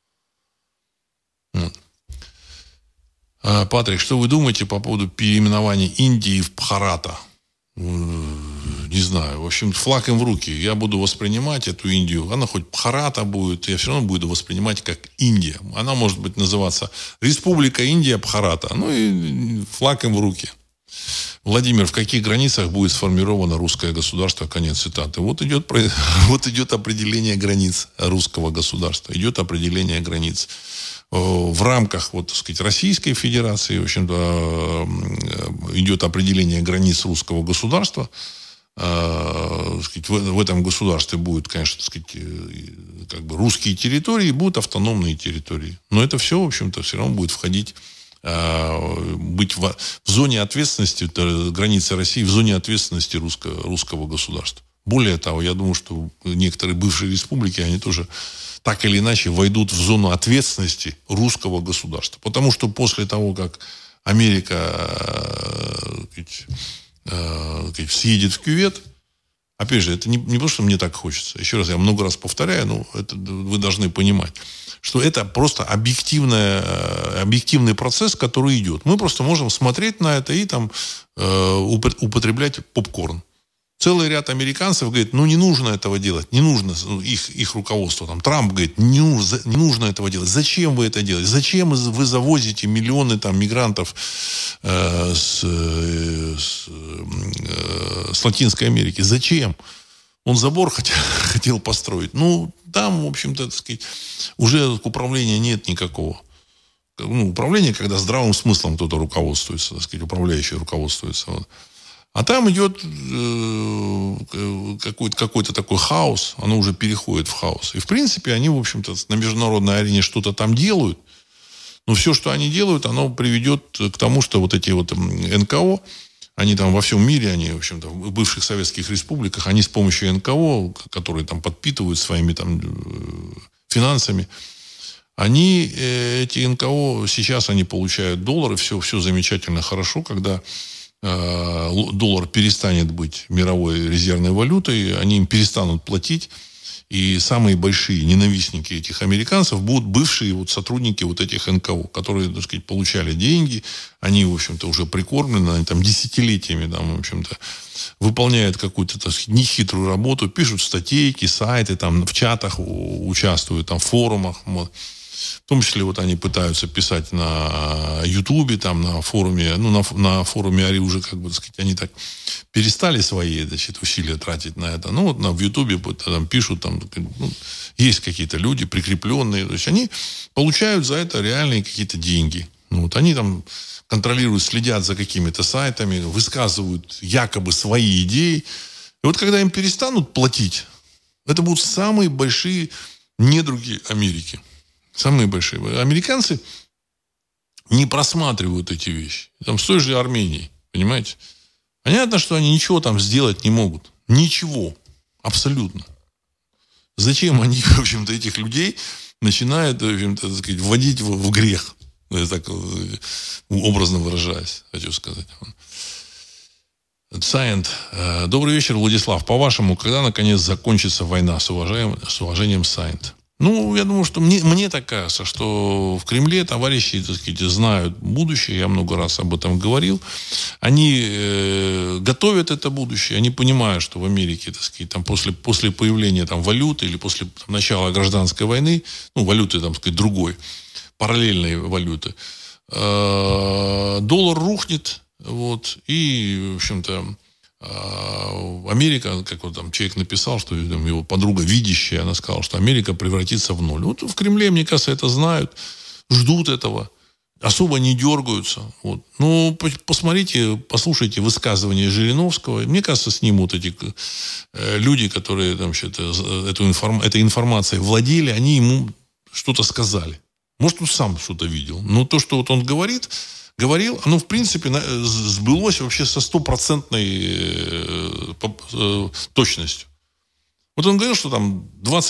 Вот. Патрик, что вы думаете по поводу переименования Индии в Бхарата? Не знаю. В общем, флаг им в руки. Я буду воспринимать эту Индию. Она хоть Бхарата будет, я все равно буду воспринимать как Индия. Она может быть называться Республика Индия Бхарата. И флаг им в руки. Владимир, в каких границах будет сформировано русское государство? Конец цитаты. Вот идет определение границ русского государства. Идет определение границ. В рамках, вот, так сказать, Российской Федерации, в общем-то, идет определение границ русского государства. В этом государстве будут, конечно, так сказать, как бы русские территории, будут автономные территории. Но это все, в общем-то, все равно будет входить, быть в зоне ответственности, границы России, в зоне ответственности русского государства. Более того, я думаю, что некоторые бывшие республики, они тоже так или иначе войдут в зону ответственности русского государства. Потому что после того, как Америка съедет в кювет, опять же, это не потому, что мне так хочется. Еще раз, я много раз повторяю, но это вы должны понимать, что это просто объективный процесс, который идет. Мы просто можем смотреть на это и там употреблять попкорн. Целый ряд американцев говорит, не нужно этого делать, не нужно, их руководство, там, Трамп говорит, не нужно этого делать. Зачем вы это делаете? Зачем вы завозите миллионы там, мигрантов с Латинской Америки? Зачем? Он забор хотел построить. Ну, там, в общем-то, так сказать, уже управления нет никакого. Ну, управление, когда здравым смыслом кто-то руководствуется, так сказать, управляющий руководствуется. Вот. А там идет какой-то такой хаос, оно уже переходит в хаос. И, в принципе, они, в общем-то, на международной арене что-то там делают. Но все, что они делают, оно приведет к тому, что вот эти вот НКО, они там во всем мире, они, в общем-то, в бывших советских республиках, они с помощью НКО, которые там подпитывают своими там финансами, они, эти НКО, сейчас они получают доллары, все замечательно, хорошо, когда доллар перестанет быть мировой резервной валютой, они им перестанут платить, и самые большие ненавистники этих американцев будут бывшие вот сотрудники вот этих НКО, которые, так сказать, получали деньги, они, в общем-то, уже прикормлены, они там десятилетиями, там, в общем-то, выполняют какую-то, так сказать, нехитрую работу, пишут статейки, сайты, там, в чатах участвуют, там, в форумах, вот. В том числе вот они пытаются писать на Ютубе, там на форуме, ну, на форуме Ари уже, как бы, так сказать, они так перестали свои, значит, усилия тратить на это. Ну, вот в Ютубе там пишут, там, ну, есть какие-то люди прикрепленные, то есть они получают за это реальные какие-то деньги. Ну, вот они там контролируют, следят за какими-то сайтами, высказывают якобы свои идеи. И вот когда им перестанут платить, это будут самые большие недруги Америки. Самые большие. Американцы не просматривают эти вещи. Там с той же Арменией, понимаете? Понятно, что они ничего там сделать не могут. Ничего. Абсолютно. Зачем они, в общем-то, этих людей начинают, в общем-то, так сказать, вводить в грех? Я так образно выражаясь, хочу сказать. Сайент. Добрый вечер, Владислав. По-вашему, когда, наконец, закончится война? С уважением, Сайент. Ну, я думаю, что мне так кажется, что в Кремле товарищи, так сказать, знают будущее. Я много раз об этом говорил. Они готовят это будущее. Они понимают, что в Америке, так сказать, там, после появления там, валюты или после начала гражданской войны, ну, валюты, там, сказать, другой, параллельной валюты, доллар рухнет, вот, и, в общем-то, Америка, как вот там человек написал, что там, его подруга видящая, она сказала, что Америка превратится в ноль. Вот в Кремле, мне кажется, это знают, ждут этого, особо не дергаются. Вот. Ну, посмотрите, послушайте высказывания Жириновского. Мне кажется, с ним вот эти люди, которые там, этой информацией владели, они ему что-то сказали. Может, он сам что-то видел. Но то, что вот он говорил, оно, в принципе, сбылось вообще со 100% точностью. Вот он говорил, что там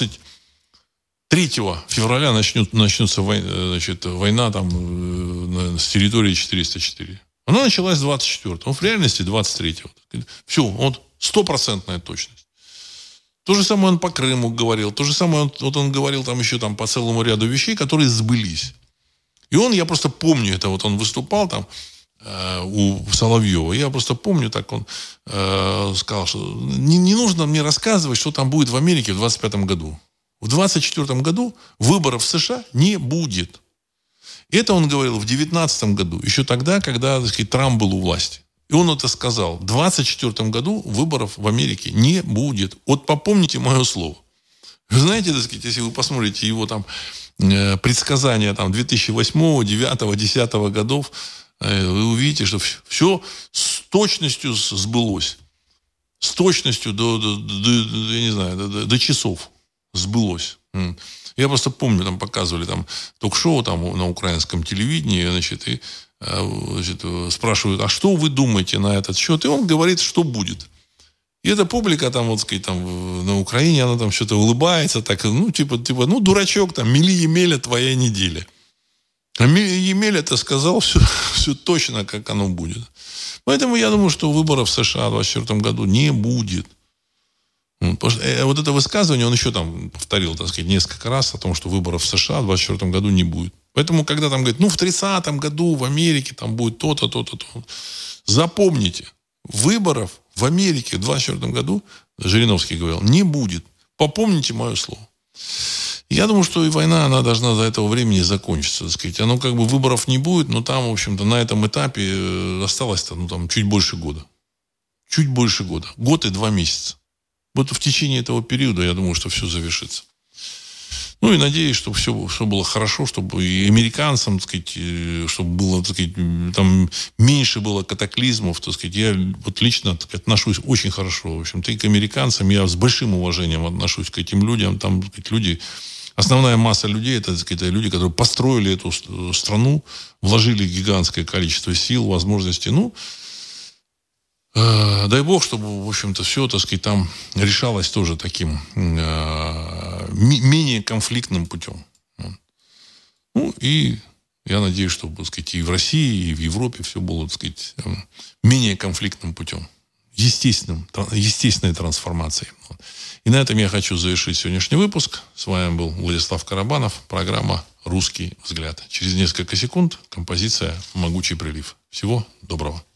23 февраля начнется война там, с территории 404. Она началась 24-го. В реальности 23-го. Все, вот 100% точность. То же самое он по Крыму говорил. То же самое он говорил там еще там, по целому ряду вещей, которые сбылись. И я просто помню это, вот он выступал там у Соловьева, я просто помню, так он сказал, что не нужно мне рассказывать, что там будет в Америке в 25 году. В 24 году выборов в США не будет. Это он говорил в 19 году, еще тогда, когда, так сказать, Трамп был у власти. И он это сказал. В 24 году выборов в Америке не будет. Вот попомните мое слово. Вы знаете, так сказать, если вы посмотрите его там предсказания там, 2008, 2009, 2010 годов, вы увидите, что все с точностью сбылось. С точностью я не знаю, до часов сбылось. Я просто помню, там показывали там, ток-шоу там, на украинском телевидении, значит, и спрашивают, а что вы думаете на этот счет? И он говорит, что будет. И эта публика там, вот сказать, там, на Украине, она там что-то улыбается, так, ну, типа, ну, дурачок, там, мили Емеля твоя неделя. А Емеля это сказал все точно, как оно будет. Поэтому я думаю, что выборов в США в 2024 году не будет. Вот это высказывание он еще там повторил, так сказать, несколько раз о том, что выборов в США в 2024 году не будет. Поэтому, когда там говорят, ну, в 30-м году в Америке там будет то-то, то-то, то-то. Запомните, выборов в Америке в 2024 году, Жириновский говорил, не будет. Попомните мое слово. Я думаю, что и война, она должна за этого времени закончиться, так сказать. Оно как бы выборов не будет, но там, в общем-то, на этом этапе осталось-то, ну, там, чуть больше года. Чуть больше года. Год и 2 месяца. вот в течение этого периода, я думаю, что все завершится. Ну и надеюсь, чтобы все было хорошо, чтобы и американцам, так сказать, чтобы было, так сказать, там меньше было катаклизмов, так сказать. Я вот лично, так сказать, отношусь очень хорошо, в общем-то, и к американцам. Я с большим уважением отношусь к этим людям. Там, так сказать, люди, основная масса людей, это, так сказать, люди, которые построили эту страну, вложили гигантское количество сил, возможностей. Ну, дай бог, чтобы, в общем-то, все, так сказать, там решалось тоже таким менее конфликтным путем. Ну, и я надеюсь, что, так сказать, и в России, и в Европе все было, так сказать, менее конфликтным путем. Естественной трансформацией. И на этом я хочу завершить сегодняшний выпуск. С вами был Владислав Карабанов. Программа «Русский взгляд». Через несколько секунд композиция «Могучий прилив». Всего доброго.